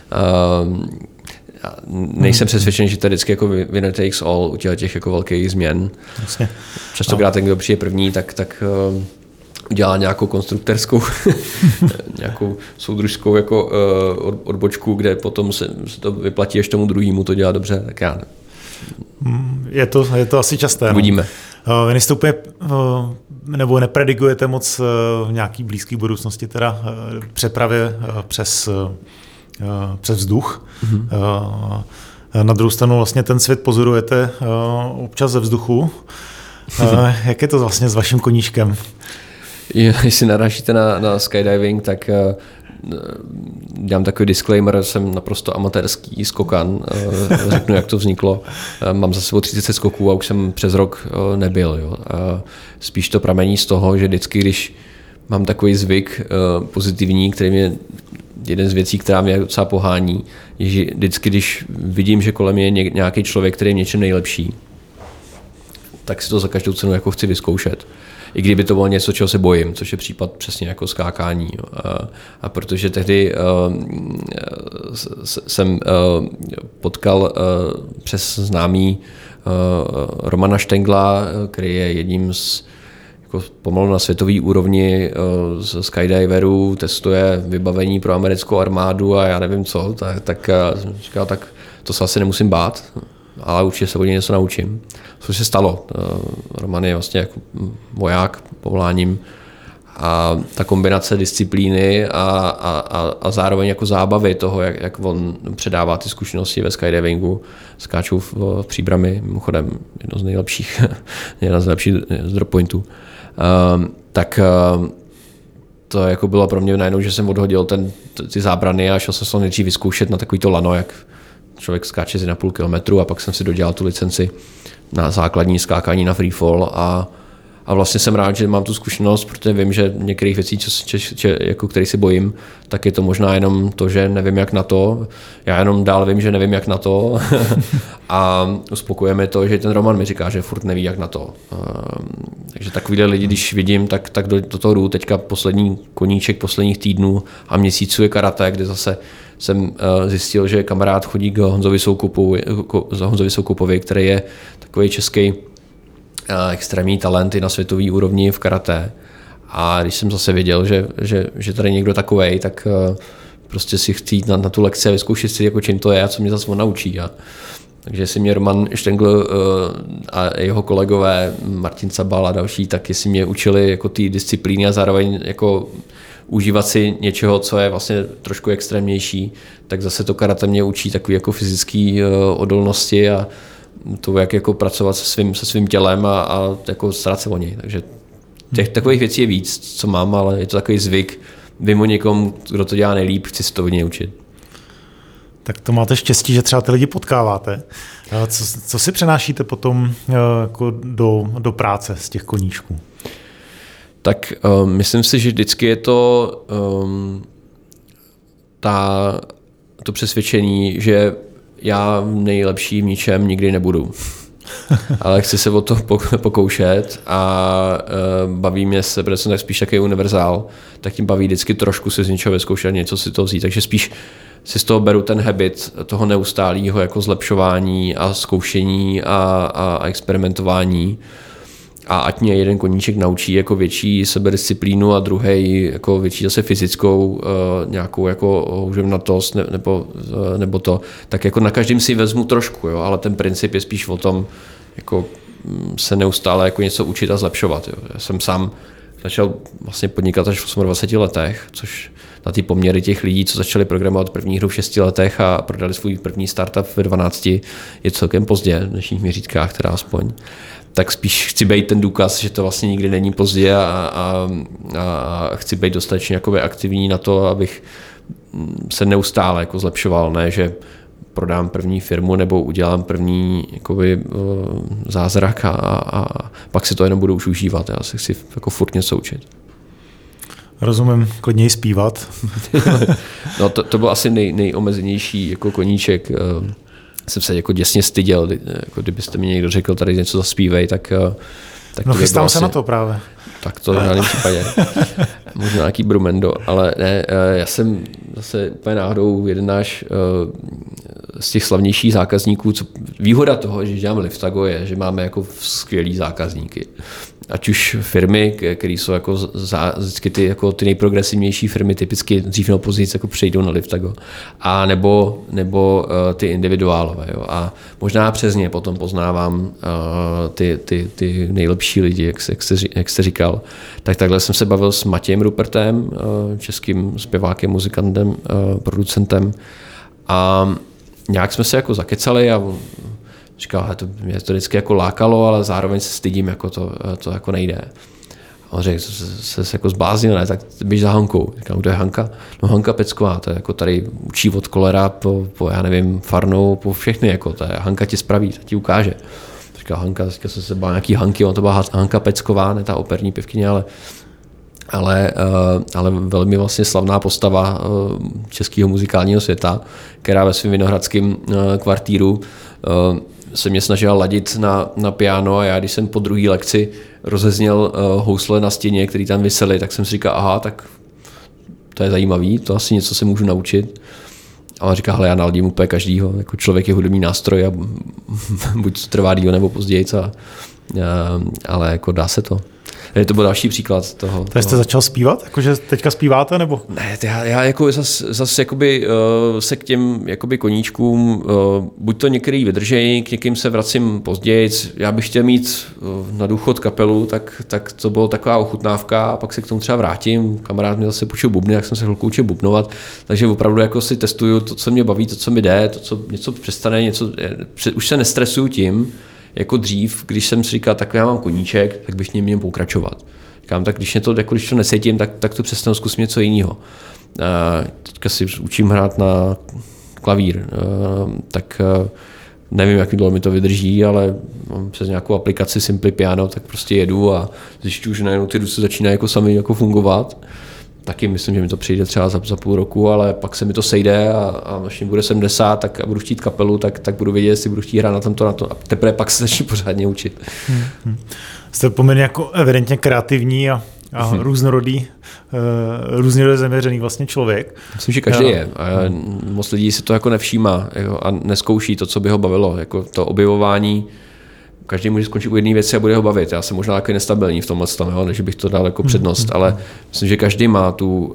Nejsem přesvědčen, že to je vždycky jako winner takes all u těch jako velkých změn. Jasně. Častokrát ten, kdo přijde první, tak udělá nějakou konstruktorskou, nějakou soudružskou jako odbočku, kde potom se to vyplatí, až tomu druhému to dělá dobře, tak já ne. Je to asi časté. Uvidíme. Vy nejste úplně, nebo nepredikujete moc v nějaký blízké budoucnosti teda přepravě přes vzduch. Na druhou stranu vlastně ten svět pozorujete občas ze vzduchu. Jak je to vlastně s vaším koníčkem? Jestli narážíte na skydiving, tak dám takový disclaimer, jsem naprosto amatérský skokan, řeknu, jak to vzniklo. Mám za sebou 30 skoků a už jsem přes rok nebyl. Jo. Spíš to pramení z toho, že vždycky, když mám takový zvyk pozitivní, který mě jeden z věcí, která mě docela pohání, je, že vždycky, když vidím, že kolem je nějaký člověk, který je něčem nejlepší, tak si to za každou cenu jako chci vyzkoušet. I kdyby to bylo něco, čeho se bojím, což je případ přesně jako skákání. A protože tehdy jsem potkal přes známý Romana Štengla, který je jedním z jako pomalu na světový úrovni z skydiverů, testuje vybavení pro americkou armádu a já nevím co, tak jsem říkal, tak to se asi nemusím bát, ale určitě se od něj něco naučím. Což se stalo. Roman je vlastně jako voják povoláním a ta kombinace disciplíny a zároveň jako zábavy toho, jak on předává ty zkušenosti ve skydivingu, skáčou v Příbrami, mimochodem jedna z lepších drop pointů. Tak to jako bylo pro mě najednou, že jsem odhodil ty zábrany a šel jsem se nejdřív vyzkoušet na takovýto lano, jak člověk skáče 1,5 kilometru a pak jsem si dodělal tu licenci na základní skákání na freefall a vlastně jsem rád, že mám tu zkušenost, protože vím, že některých věcí, jako který si bojím, tak je to možná jenom to, že nevím jak na to. Já jenom dál vím, že nevím jak na to a uspokojuje to, že ten Roman mi říká, že furt neví jak na to. Takže takovýhle lidi, když vidím, tak do toho jdu. Teďka poslední koníček posledních týdnů a měsíců je karate, kde zase jsem zjistil, že kamarád chodí k Honzovi Soukupovi, který je takový český extrémní talenty na světový úrovni v karate. A když jsem zase věděl, že tady někdo takovej, tak prostě si chci jít na tu lekci a vyzkoušet si, jako čím to je a co mě zase on naučí. Takže si mě Roman Štengl a jeho kolegové Martin Cabal a další, tak jestli mě učili jako ty disciplíny a zároveň jako užívat si něčeho, co je vlastně trošku extrémnější, tak zase to karate mě učí takový jako fyzický odolnosti a to, jak jako pracovat se svým tělem a jako starat se o něj. Takže takových věcí je víc, co mám, ale je to takový zvyk. Vím o někom, kdo to dělá nejlíp, chci se to od něj učit. Tak to máte štěstí, že třeba ty lidi potkáváte. Co si přenášíte potom jako do práce z těch koníčků? Tak myslím si, že vždycky je to to přesvědčení, že já nejlepší v ničem nikdy nebudu. Ale chci se o to pokoušet a baví mě se, protože jsem tak spíš takový univerzál, tak tím baví vždycky trošku si z něčeho vyzkoušet, něco si to vzít. Takže spíš si z toho beru ten habit toho neustálého jako zlepšování a zkoušení a experimentování. A ať mě jeden koníček naučí jako větší sebedisciplínu a druhý jako větší zase fyzickou nějakou jako houževnatost nebo to, tak jako na každém si vezmu trošku, jo, ale ten princip je spíš o tom jako se neustále jako něco učit a zlepšovat. Jo. Já jsem sám začal vlastně podnikat až v 28 letech, což na ty poměry těch lidí, co začali programovat první hru v 6 letech a prodali svůj první startup ve 12, je celkem pozdě v dnešních měřítkách, teda aspoň. Tak spíš chci být ten důkaz, že to vlastně nikdy není pozdě a chci být dostatečně jakoby aktivní na to, abych se neustále jako zlepšoval, ne, že prodám první firmu nebo udělám první jakoby, zázrak a pak si to jenom budu už užívat. Já se chci jako furt něco učit. Rozumím, klidněji zpívat. No to byl asi nejomezenější jako koníček. Jsem se jako děsně styděl, jako kdybyste mi někdo řekl, tady něco zaspívej, tak no chystám se na to právě. Tak to v žádném případě. Možná nějaký Brumendo, ale ne, já jsem zase úplně náhodou jeden náš z těch slavnějších zákazníků, výhoda toho, že dělám Liftago je, že máme jako skvělý zákazníky. Ať už firmy, které jsou jako vždycky ty nejprogresivnější firmy, typicky dřív nebo později jako přejdou na Liftago, a nebo ty individuálové. Jo. A možná přes ně potom poznávám ty nejlepší lidi, jak jste říkal. Tak takhle jsem se bavil s Matějem Rupertem, českým zpěvákem, muzikantem, producentem, a nějak jsme se jako zakecali a říkal, mě to vždycky jako lákalo, ale zároveň se stydím, jako to jako nejde. A on řekl, se jako zbláznil, ne, tak běž za Hankou. Říkám, kdo je Hanka? No Hanka Pecková, to je jako tady učí od kolera po já nevím, farnou, po všechny, jako to je Hanka ti spraví, ta ti ukáže. Říkal Hanka, jsem se bál nějaký Hanky, on to byla Hanka Pecková, ne ta operní pěvkyně, ale velmi vlastně slavná postava českého muzikálního světa, která ve svém vinohradském kvartíru se mě snažila ladit na piano a já, když jsem po druhé lekci rozezněl housle na stěně, které tam visely, tak jsem si říkal, aha, tak to je zajímavý, to asi něco se můžu naučit. A on říká, hele, já naladím úplně každýho, jako člověk je hudební nástroj a buď to trvá díl nebo později, ale jako dá se to. To byl další příklad toho. Takže jste začal zpívat? Jakože teďka zpíváte, nebo? Ne, já jako zase jakoby, se k těm jakoby koníčkům, buď to některý vydržejí, k někým se vracím později. Já bych chtěl mít na důchod kapelu, tak to bylo taková ochutnávka a pak se k tomu třeba vrátím. Kamarád mi zase půjčil bubny, jak jsem se chvilku učil bubnovat, takže opravdu jako si testuju to, co mě baví, to, co mi jde, to, co něco přestane, už se nestresuju tím, jako dřív, když jsem si říkal, tak já mám koníček, tak bych měl pokračovat. Říkám, tak když to nesejtím, tak to přestanu, zkusím něco jiného. Teďka si učím hrát na klavír, tak nevím, jak dlouho mi to vydrží, ale přes nějakou aplikaci Simply Piano, tak prostě jedu a zjišťuju, že najednou ty ruce začínají jako sami jako fungovat. Taky myslím, že mi to přijde třeba za půl roku, ale pak se mi to sejde a až mi bude 70 tak a budu chtít kapelu, tak budu vědět, jestli budu chtít hrát na to a teprve pak se začnu pořádně učit. Jste poměrně jako evidentně kreativní a různorodý, různě zaměřený vlastně člověk. Myslím, že každý je. A moc lidí si to jako nevšímá a neskouší to, co by ho bavilo. Jako to objevování, každý může skončit u jedné věci a bude ho bavit. Já jsem možná jako nestabilní v tomhle stavu, než bych to dal jako přednost, ale myslím, že každý má tu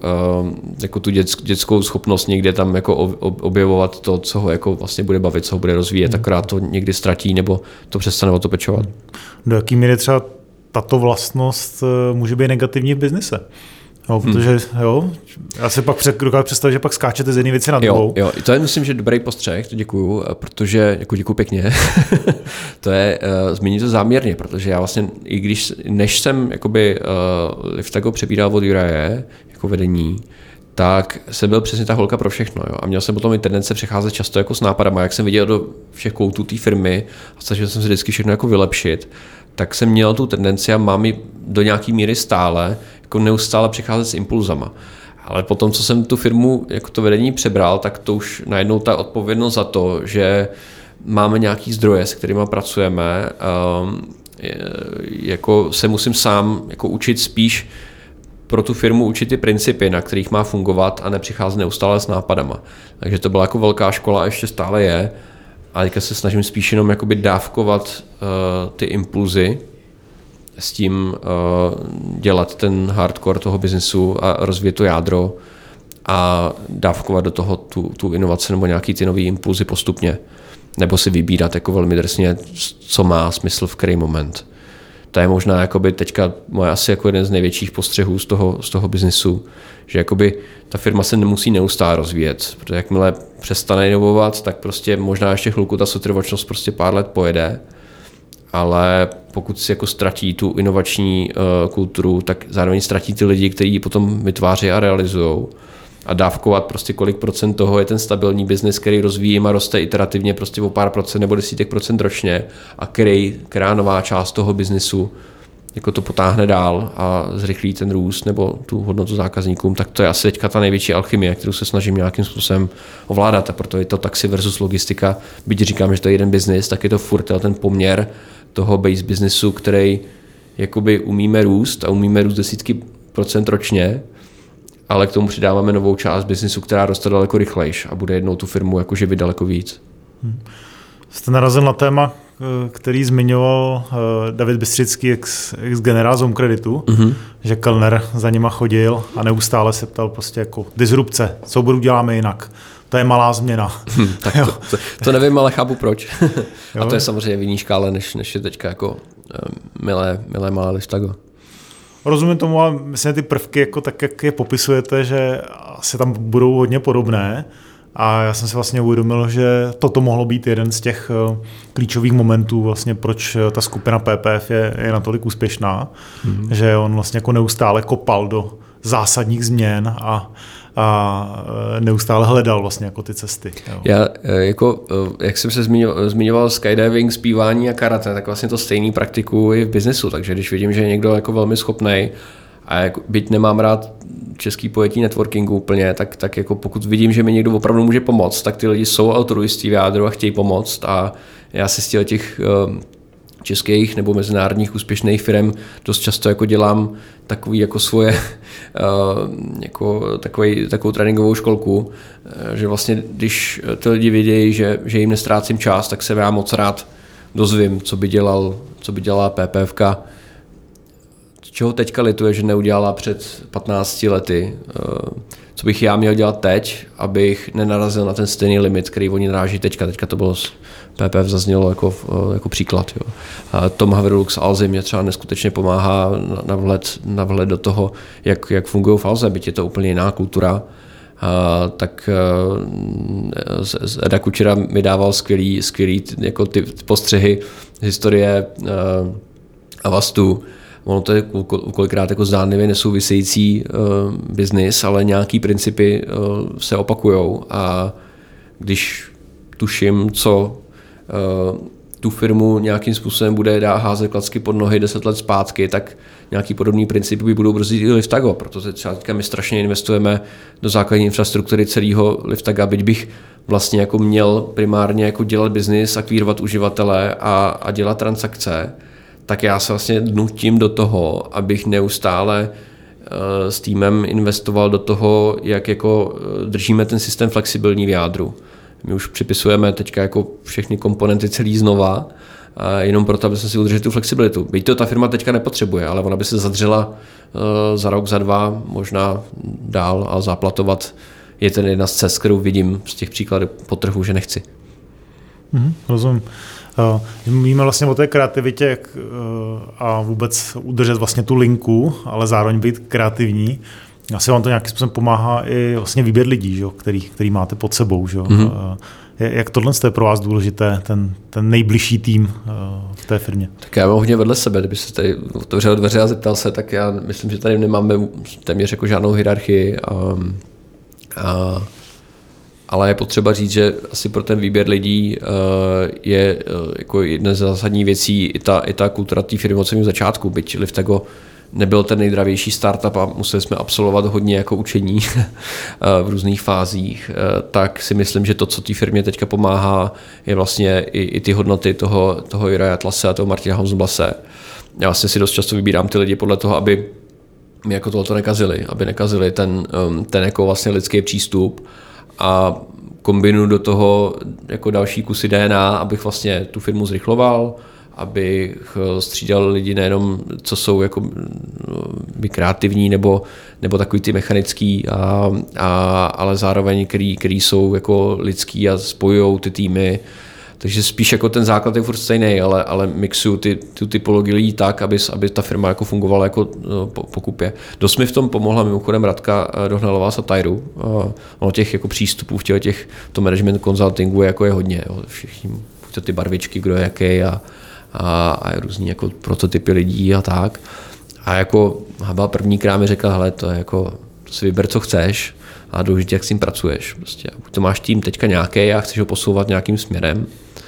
dětskou schopnost někde tam jako objevovat to, co ho jako vlastně bude bavit, co ho bude rozvíjet, akorát to někdy ztratí nebo to přestane o to pečovat. Do jaký míry třeba tato vlastnost může být negativní v biznise? Jo, protože já si pak dokážu představit, že pak skáčete z jedné věci na druhou. Jo, to je myslím, že dobrý postřeh, to děkuju, protože děkuju pěkně. To je zmínit to záměrně, protože já vlastně, i když než jsem jakoby Liftago přebíral od Juraje jako vedení, tak jsem byl přesně ta holka pro všechno. Jo? A měl jsem potom i tendence přecházet často jako s nápadama, jak jsem viděl do všech koutů té firmy a snažil jsem se vždycky všechno jako vylepšit, tak jsem měl tu tendenci a mám ji do nějaký míry stále, jako neustále přicházet s impulzama. Ale potom, co jsem tu firmu, jako to vedení přebral, tak to už najednou ta odpovědnost za to, že máme nějaký zdroje, s kterými pracujeme, jako se musím sám jako učit spíš pro tu firmu učit ty principy, na kterých má fungovat a nepřicházet neustále s nápadama. Takže to byla jako velká škola a ještě stále je. A teďka se snažím spíš jenom jakoby dávkovat ty impulzy, s tím dělat ten hardcore toho biznesu a rozvíjet to jádro a dávkovat do toho tu inovaci nebo nějaký ty nový impulzy postupně. Nebo si vybírat jako velmi drsně, co má smysl v který moment. To je možná jakoby teďka moje asi jako jeden z největších postřehů z toho biznesu, že jakoby ta firma se nemusí neustále rozvíjet, protože jakmile přestane inovovat, tak prostě možná ještě chvilku ta setrvačnost prostě pár let pojede, ale pokud si jako ztratí tu inovační kulturu, tak zároveň ztratí ty lidi, kteří ji potom vytváří a realizujou. A dávkovat prostě kolik procent toho je ten stabilní biznis, který rozvíjím a roste iterativně prostě o pár procent nebo desítek procent ročně a která nová část toho biznisu jako to potáhne dál a zrychlí ten růst nebo tu hodnotu zákazníkům, tak to je asi teďka ta největší alchymie, kterou se snažím nějakým způsobem ovládat, a proto je to taxi versus logistika. Byť říkám, že to je jeden biznis, tak je to furt ten poměr toho base businessu, který jakoby umíme růst a umíme růst desítky procent ročně, ale k tomu přidáváme novou část biznisu, která roste daleko rychlejš a bude jednou tu firmu jako živit daleko víc. Jste narazil na téma, který zmiňoval David Bystřický, ex-generál z Homecreditu, že Kellner za nima chodil a neustále se ptal prostě jako disrupce, co oboru děláme jinak. To je malá změna. Tak to nevím, ale chápu proč. A to je samozřejmě v jiný škále, než je teďka jako milé malé Liftago. Rozumím tomu, ale myslím, že ty prvky, jako tak, jak je popisujete, že asi tam budou hodně podobné. A já jsem si vlastně uvědomil, že toto mohlo být jeden z těch klíčových momentů, vlastně proč ta skupina PPF je natolik úspěšná, že on vlastně jako neustále kopal do zásadních změn a neustále hledal vlastně jako ty cesty. Jo. Já jako, jak jsem se zmiňoval skydiving, zpívání a karate, tak vlastně to stejný praktikuji i v biznesu, takže když vidím, že je někdo jako velmi schopnej a jako, byť nemám rád český pojetí networkingu úplně, tak jako pokud vidím, že mi někdo opravdu může pomoct, tak ty lidi jsou altruistí v jádru a chtějí pomoct a já si z těch českých nebo mezinárodních úspěšných firm dost často jako dělám takový jako svoje jako takovou tréninkovou školku, že vlastně když ty lidi vědějí, že jim nestrácím čas, tak se já moc rád dozvím, co by dělala PPFka, čeho teďka lituje, že neudělala před 15 lety, co bych já měl dělat teď, abych nenarazil na ten stejný limit, který oni naráží teďka. Teďka to bylo PPF zaznělo jako příklad. Jo. Tom Haverlux Alzy mě třeba neskutečně pomáhá na vhled do toho, jak fungují v Alze, byť je to úplně jiná kultura. Tak Eda Kučera mi dával skvělý jako ty postřehy z historie Avastu. Ono to je kolikrát jako zdánlivě nesouvisející biznis, ale nějaký principy se opakujou a když tuším, co tu firmu nějakým způsobem bude házet klacky pod nohy 10 let zpátky, tak nějaký podobný principy budou brzdit i Liftago, protože třeba teďka my strašně investujeme do základní infrastruktury celého Liftaga, byť bych vlastně jako měl primárně jako dělat biznis, akvírovat uživatele a dělat transakce, tak já se vlastně nutím do toho, abych neustále s týmem investoval do toho, jak jako držíme ten systém flexibilní v jádru. My už připisujeme teďka jako všechny komponenty celý znova, jenom proto, aby jsme si udrželi tu flexibilitu. Byť to ta firma teďka nepotřebuje, ale ona by se zadřela za rok, za dva, možná dál a zaplatovat je ten jedna z cest, kterou vidím z těch příkladů po trhu, že nechci. Rozumím. Mluvíme vlastně o té kreativitě a vůbec udržet vlastně tu linku, ale zároveň být kreativní. Asi vám to nějakým způsobem pomáhá i vlastně výběr lidí, že? Který máte pod sebou. Že? Jak tohle je pro vás důležité, ten nejbližší tým v té firmě? Tak já mám hodně vedle sebe, kdyby se tady otevřel dveře a zeptal se, tak já myslím, že tady nemáme téměř jako žádnou hierarchii. Ale je potřeba říct, že asi pro ten výběr lidí je jako jedna z zásadních věcí i ta kultura té firmy od samého začátku, byť Liftago nebyl ten nejdravější startup a museli jsme absolvovat hodně jako učení v různých fázích, tak si myslím, že to, co té firmě teďka pomáhá, je vlastně i ty hodnoty toho Juraje Atlase a toho Martina Hausblase. Já vlastně si dost často vybírám ty lidi podle toho, aby mi jako tohleto nekazili, aby nekazili ten jako vlastně lidský přístup a kombinuju do toho jako další kusy DNA, abych vlastně tu firmu zrychloval, abych střídal lidi nejenom, co jsou jako kreativní nebo takový ty mechanický, ale zároveň, který jsou jako lidský a spojujou ty týmy. Takže spíš jako ten základ je furt stejný, ale mixuju tu typologii lidí tak, aby ta firma jako fungovala jako po kupě. Dost mi v tom pomohla mimochodem Radka Dohnalová z Atairu. Ono těch jako přístupů v tom management consultingu je hodně. Jo. Všichni ty barvičky, kdo je jaký a různý jako prototypy lidí a tak. A jako Haba první krát mi řekla, hele, to je jako, to si vyber, co chceš a důležitě, jak s tím pracuješ. Prostě. Pokud to máš tým teďka nějaký a chceš ho posouvat nějakým směrem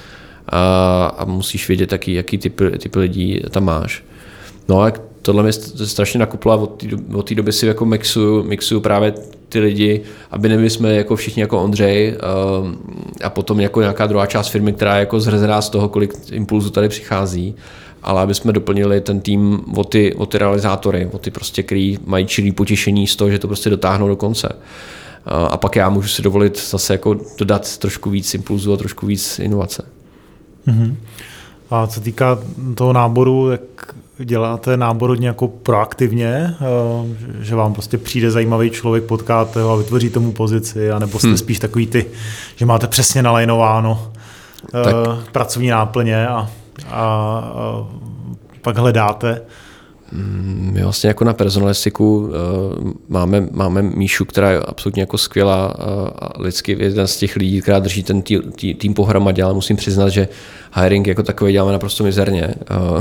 a musíš vědět, jaký typy lidí tam máš. No a tohle mě strašně nakupla, od té doby si jako mixuju právě ty lidi, aby nebyli jsme jako všichni jako Ondřej a potom jako nějaká druhá část firmy, která je jako zhrzená z toho, kolik impulzů tady přichází, ale aby jsme doplnili ten tým o ty realizátory, o ty prostě, který mají čilý potěšení z toho, že to prostě dotáhnou do konce. A pak já můžu si dovolit zase jako dodat trošku víc impulzů a trošku víc inovace. Mm-hmm. A co týká toho náboru, jak děláte nábor hodně jako proaktivně, že vám prostě přijde zajímavý člověk, potkáte ho a vytvoříte mu pozici, anebo jste spíš takový ty, že máte přesně nalajnováno pracovní náplně a pak hledáte. My vlastně jako na personalistiku máme Míšu, která je absolutně jako skvělá a lidsky jeden z těch lidí, která drží ten tým pohromadě, ale musím přiznat, že hiring jako takový děláme naprosto mizerně.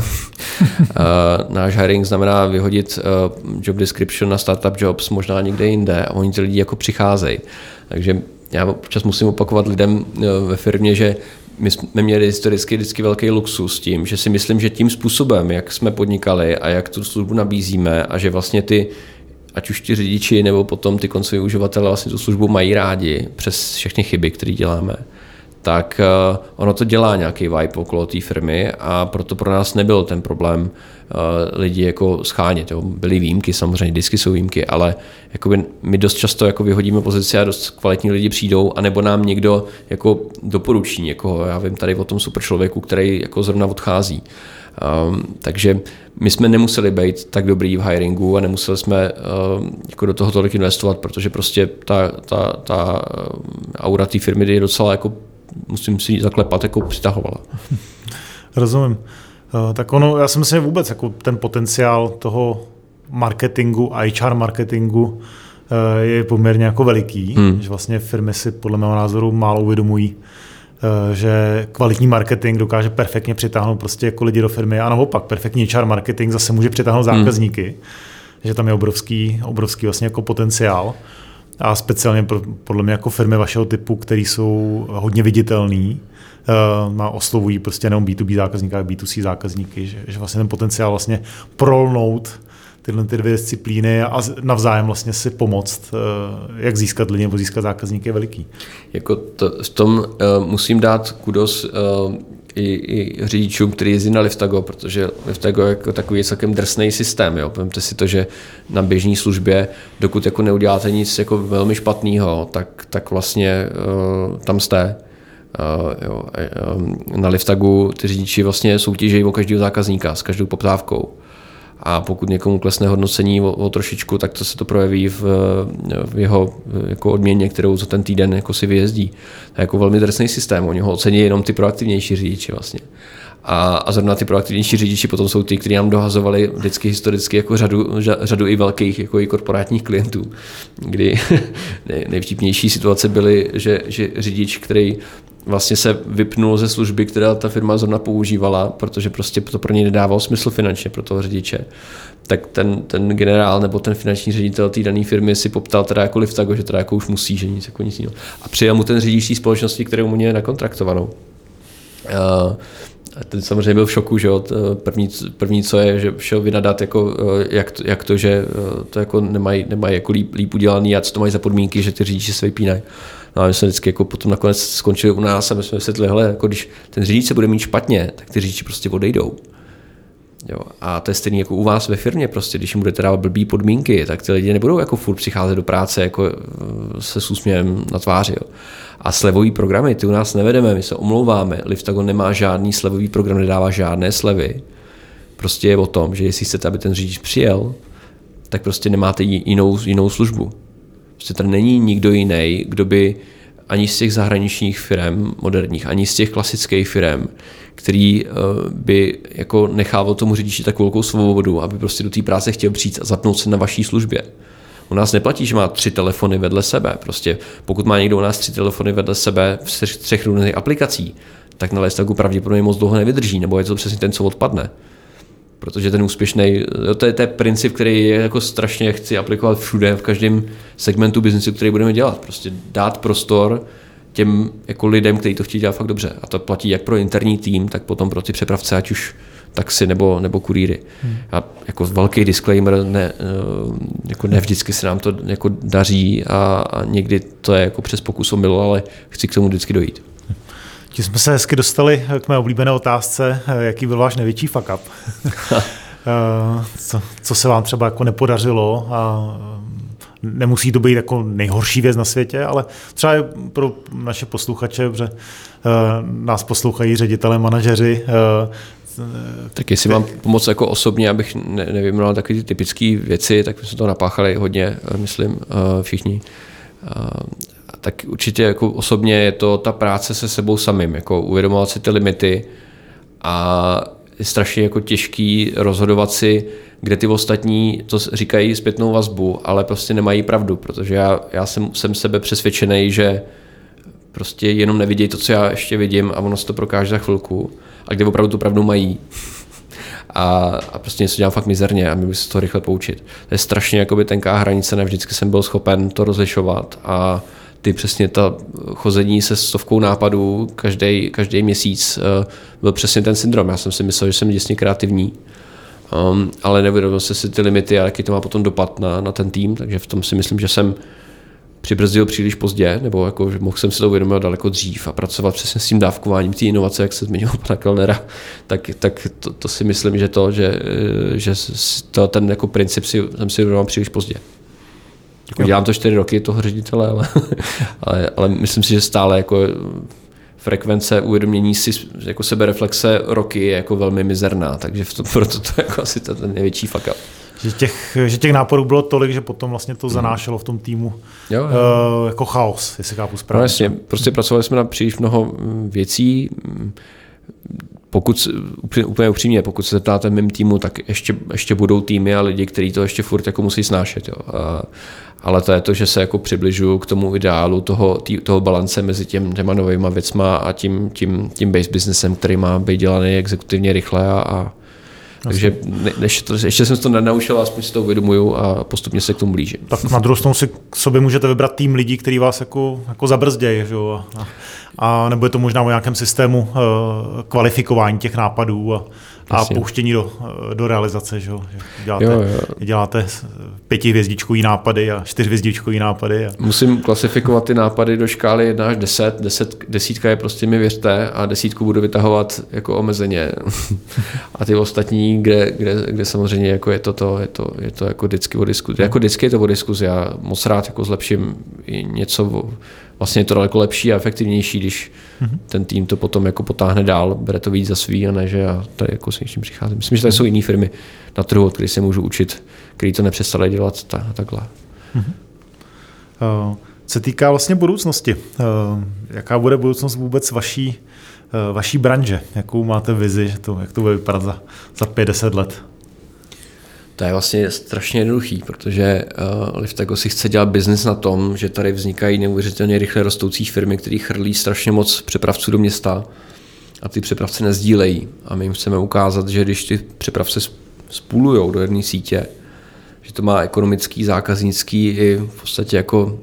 Náš hiring znamená vyhodit job description na startup jobs možná někde jinde a oni ty lidi jako přicházejí. Takže já občas musím opakovat lidem ve firmě, že my jsme měli historicky vždycky velký luxus tím, že si myslím, že tím způsobem, jak jsme podnikali a jak tu službu nabízíme a že vlastně ty, ať už ti řidiči nebo potom ty koncoví uživatelé vlastně tu službu mají rádi přes všechny chyby, které děláme, tak ono to dělá nějaký vibe okolo té firmy a proto pro nás nebyl ten problém lidi jako schánět. Jo. Byly výjimky, samozřejmě vždycky jsou výjimky, ale jakoby my dost často jako vyhodíme pozici a dost kvalitní lidi přijdou, anebo nám někdo jako doporučí někoho. Já vím tady o tom super člověku, který jako zrovna odchází. Takže my jsme nemuseli být tak dobrý v hiringu a nemuseli jsme jako do toho tolik investovat, protože prostě ta aura té firmy je docela jako musím si zaklepat, jako přitahovala. Rozumím. Tak ono, já si myslím, že vůbec jako ten potenciál toho marketingu a HR marketingu je poměrně jako veliký, že vlastně firmy si podle mého názoru málo uvědomují, že kvalitní marketing dokáže perfektně přitáhnout prostě jako lidi do firmy a naopak perfektní HR marketing zase může přitáhnout zákazníky, že tam je obrovský vlastně jako potenciál. A speciálně podle mě jako firmy vašeho typu, které jsou hodně viditelný, oslovují prostě nejenom B2B zákazníky, ale B2C zákazníky, že vlastně ten potenciál vlastně prolnout tyhle ty dvě disciplíny a navzájem vlastně si pomoct, jak získat lidi nebo získat zákazníky je veliký. Jako v tom musím dát kudos i řidičům, kteří jezdí na Liftago, protože Liftago je jako takový celkem drsný systém. Jo. Vemte si to, že na běžné službě, dokud jako neuděláte nic jako velmi špatného, tak vlastně tam jste. Na Liftagu ty řidiči vlastně soutěžejí o každého zákazníka s každou poptávkou. A pokud někomu klesne hodnocení o trošičku, tak to se to projeví v jeho jako odměně, kterou za ten týden jako si vyjezdí. To je jako velmi drsný systém, oni ho ocení jenom ty proaktivnější řidiči vlastně. A zrovna ty proaktivnější řidiči potom jsou ty, kteří nám dohazovali vždycky historicky jako řadu i velkých jako i korporátních klientů, kdy nejvtipnější situace byly, že řidič, který vlastně se vypnul ze služby, která ta firma zrovna používala, protože prostě to pro něj nedávalo smysl finančně pro toho řidiče. Tak ten generál nebo ten finanční ředitel té dané firmy si poptal teda jako Liftago, že teda jako už musí, že nic jako nic jiného. A přijel mu ten řidič té společnosti, kterou mu měl nakontraktovanou. A ten samozřejmě byl v šoku, že jo. První co je, že šel vynadat, jako, jak to, že to jako nemají jako líp udělaný a co to mají za podmínky, že ty řidiči se vypínají. No a my jsme vždycky jako potom nakonec skončili u nás a my jsme vysvětlili, hele, jako když ten řidič se bude mít špatně, tak ty řidiči prostě odejdou. Jo. A to je stejný jako u vás ve firmě, prostě, když jim budete dávat blbý podmínky, tak ty lidi nebudou jako furt přicházet do práce jako se s úsměvem na tváři. Jo. A slevový programy, ty u nás nevedeme, my se omlouváme. Liftago nemá žádný slevový program, nedává žádné slevy. Prostě je o tom, že jestli chcete, aby ten řidič přijel, tak prostě nemáte jinou službu. Prostě tady není nikdo jiný, kdo by ani z těch zahraničních firem moderních, ani z těch klasických firem, který by jako nechával tomu řidiči tak velkou svobodu, aby prostě do té práce chtěl přijít a zapnout se na vaší službě. U nás neplatí, že má 3 telefony vedle sebe. Prostě pokud má někdo u nás 3 telefony vedle sebe v 3 různých aplikací, tak na Liftagu pravděpodobně moc dlouho nevydrží, nebo je to přesně ten, co odpadne. Protože ten úspěšný, to je princip, který je jako strašně chci aplikovat všude, v každém segmentu biznesu, který budeme dělat. Prostě dát prostor těm jako lidem, kteří to chtějí dělat fakt dobře. A to platí jak pro interní tým, tak potom pro ty přepravce, ať už taxi nebo kurýry. A jako velký disclaimer, ne vždycky se nám to jako daří a někdy to je jako přes pokus omyl, ale chci k tomu vždycky dojít. Tím jsme se hezky dostali k mé oblíbené otázce, jaký byl váš největší fuck up? Co se vám třeba jako nepodařilo a nemusí to být jako nejhorší věc na světě, ale třeba je pro naše posluchače, protože nás poslouchají ředitelé, manažeři. Tak jestli mám pomoct jako osobně, abych nevyjmenoval takové ty typické věci, tak my jsme to napáchali hodně, myslím, všichni. Tak určitě jako osobně je to ta práce se sebou samým, jako uvědomovat si ty limity a je strašně jako těžký rozhodovat si, kde ty ostatní to říkají zpětnou vazbu, ale prostě nemají pravdu, protože já jsem sebe přesvědčený, že prostě jenom nevidějí to, co já ještě vidím a ono se to prokáže za chvilku a kde opravdu tu pravdu mají. A prostě něco dělám fakt mizerně a měl bych se to rychle poučit. To je strašně jakoby tenká hranice, ne vždycky jsem byl schopen to rozlišovat a ty přesně ta chození se stovkou nápadů každý měsíc byl přesně ten syndrom. Já jsem si myslel, že jsem děsně kreativní, ale neuvědomil jsem si ty limity a jaký to má potom dopad na ten tým, takže v tom si myslím, že jsem přibrzdil příliš pozdě, nebo jako, že mohl jsem si to uvědomit daleko dřív a pracovat přesně s tím dávkováním té inovace, jak se zmiňoval pana Kellnera, tak to si myslím, že ten jako princip jsem si uvědomil příliš pozdě. Jako dělám to 4 roky toho ředitele, ale myslím si, že stále jako frekvence uvědomění si jako sebereflexe roky je jako velmi mizerná, takže proto to jako asi ten největší fuck up. Že těch nápadů bylo tolik, že potom vlastně to zanášelo v tom týmu jako chaos, jestli chápu správně. No jasně, prostě pracovali jsme na příliš mnoho věcí. Pokud úplně upřímně, pokud se zeptáte v mém týmu, tak ještě budou týmy a lidi, kteří to ještě furt jako musí snášet. Jo. Ale to je to, že se jako přibližuju k tomu ideálu toho balance mezi těma novýma věcma a tím base businessem, který má být dělaný exekutivně rychle takže ještě jsem to nenaučil, aspoň si to uvědomuju a postupně se k tomu blížím. Tak na druhou stranu si k sobě můžete vybrat tým lidí, který vás jako zabrzdějí, že jo? A nebo je to možná o nějakém systému kvalifikování těch nápadů a pouštění do realizace, že jo? Děláte 5hvězdičkový nápady a 4hvězdičkový nápady. Musím klasifikovat ty nápady do škály 1 až 10. 10 je prostě mi věřte a 10 budu vytahovat jako omezeně. A ty ostatní, kde samozřejmě jako je to jako vždycky o diskuzi. Jako vždycky je to o diskuzi. Já moc rád jako zlepším i něco, vlastně je to daleko lepší a efektivnější, když ten tým to potom jako potáhne dál, bere to víc za svý a ne, že já tady jako s něčím přicházím. Myslím, že tady jsou jiné firmy na trhu, od kterých se můžu učit, který to nepřestali dělat takhle. Co týká vlastně budoucnosti, jaká bude budoucnost vůbec vaší branže? Jakou máte vizi, jak to bude vypadat za 5-10 let? To je vlastně strašně jednoduchý, protože Liftago si chce dělat biznis na tom, že tady vznikají neuvěřitelně rychle rostoucí firmy, které chrlí strašně moc přepravců do města a ty přepravci nezdílejí. A my jim chceme ukázat, že když ty přepravce spůlujou do jedné sítě, že to má ekonomický, zákaznický i v podstatě jako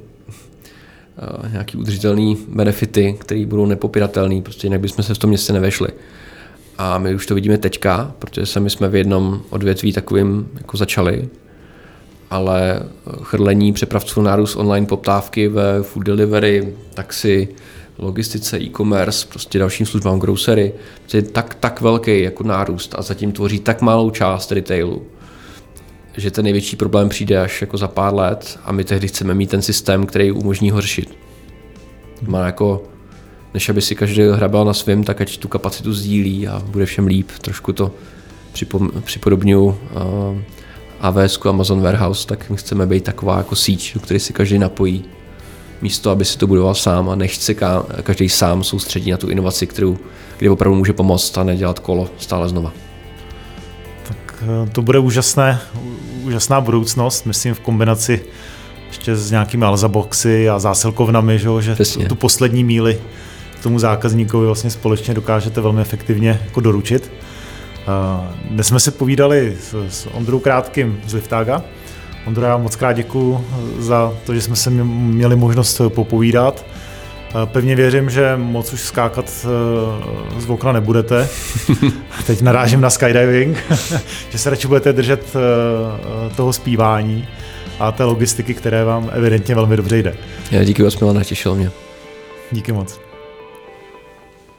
nějaký udržitelný benefity, které budou nepopiratelné, prostě jinak bychom se v tom městě nevešli. A my už to vidíme teďka, protože sami jsme v jednom odvětví takovým jako začali, ale chrlení přepravců, nárůst online poptávky ve food delivery, taxi, logistice, e-commerce, prostě dalším službám grocery, to je tak velký jako nárůst a zatím tvoří tak malou část retailu, že ten největší problém přijde až jako za pár let a my tehdy chceme mít ten systém, který umožní ho řešit. Má jako než aby si každý hrabal na svém, tak ať tu kapacitu sdílí a bude všem líp. Trošku to připodobňuju AWS, Amazon Warehouse, tak my chceme být taková jako síť, do které si každý napojí. Místo, aby si to budoval sám a nechť se každý sám soustředí na tu inovaci, kde opravdu může pomoct a nedělat kolo stále znova. Tak to bude úžasná budoucnost, myslím v kombinaci ještě s nějakými Alzaboxy a zásilkovnami, že tu poslední míli k tomu zákazníkovi vlastně společně dokážete velmi efektivně jako doručit. Dnes jsme si povídali s Ondrou Krátkým z Liftaga. Ondro, já moc krát děkuju za to, že jsme se měli možnost popovídat. Pevně věřím, že moc už skákat z okna nebudete. Teď narážím na skydiving, že se radši budete držet toho zpívání a té logistiky, které vám evidentně velmi dobře jde. Já díky moc, Milane, těšilo mě. Díky moc.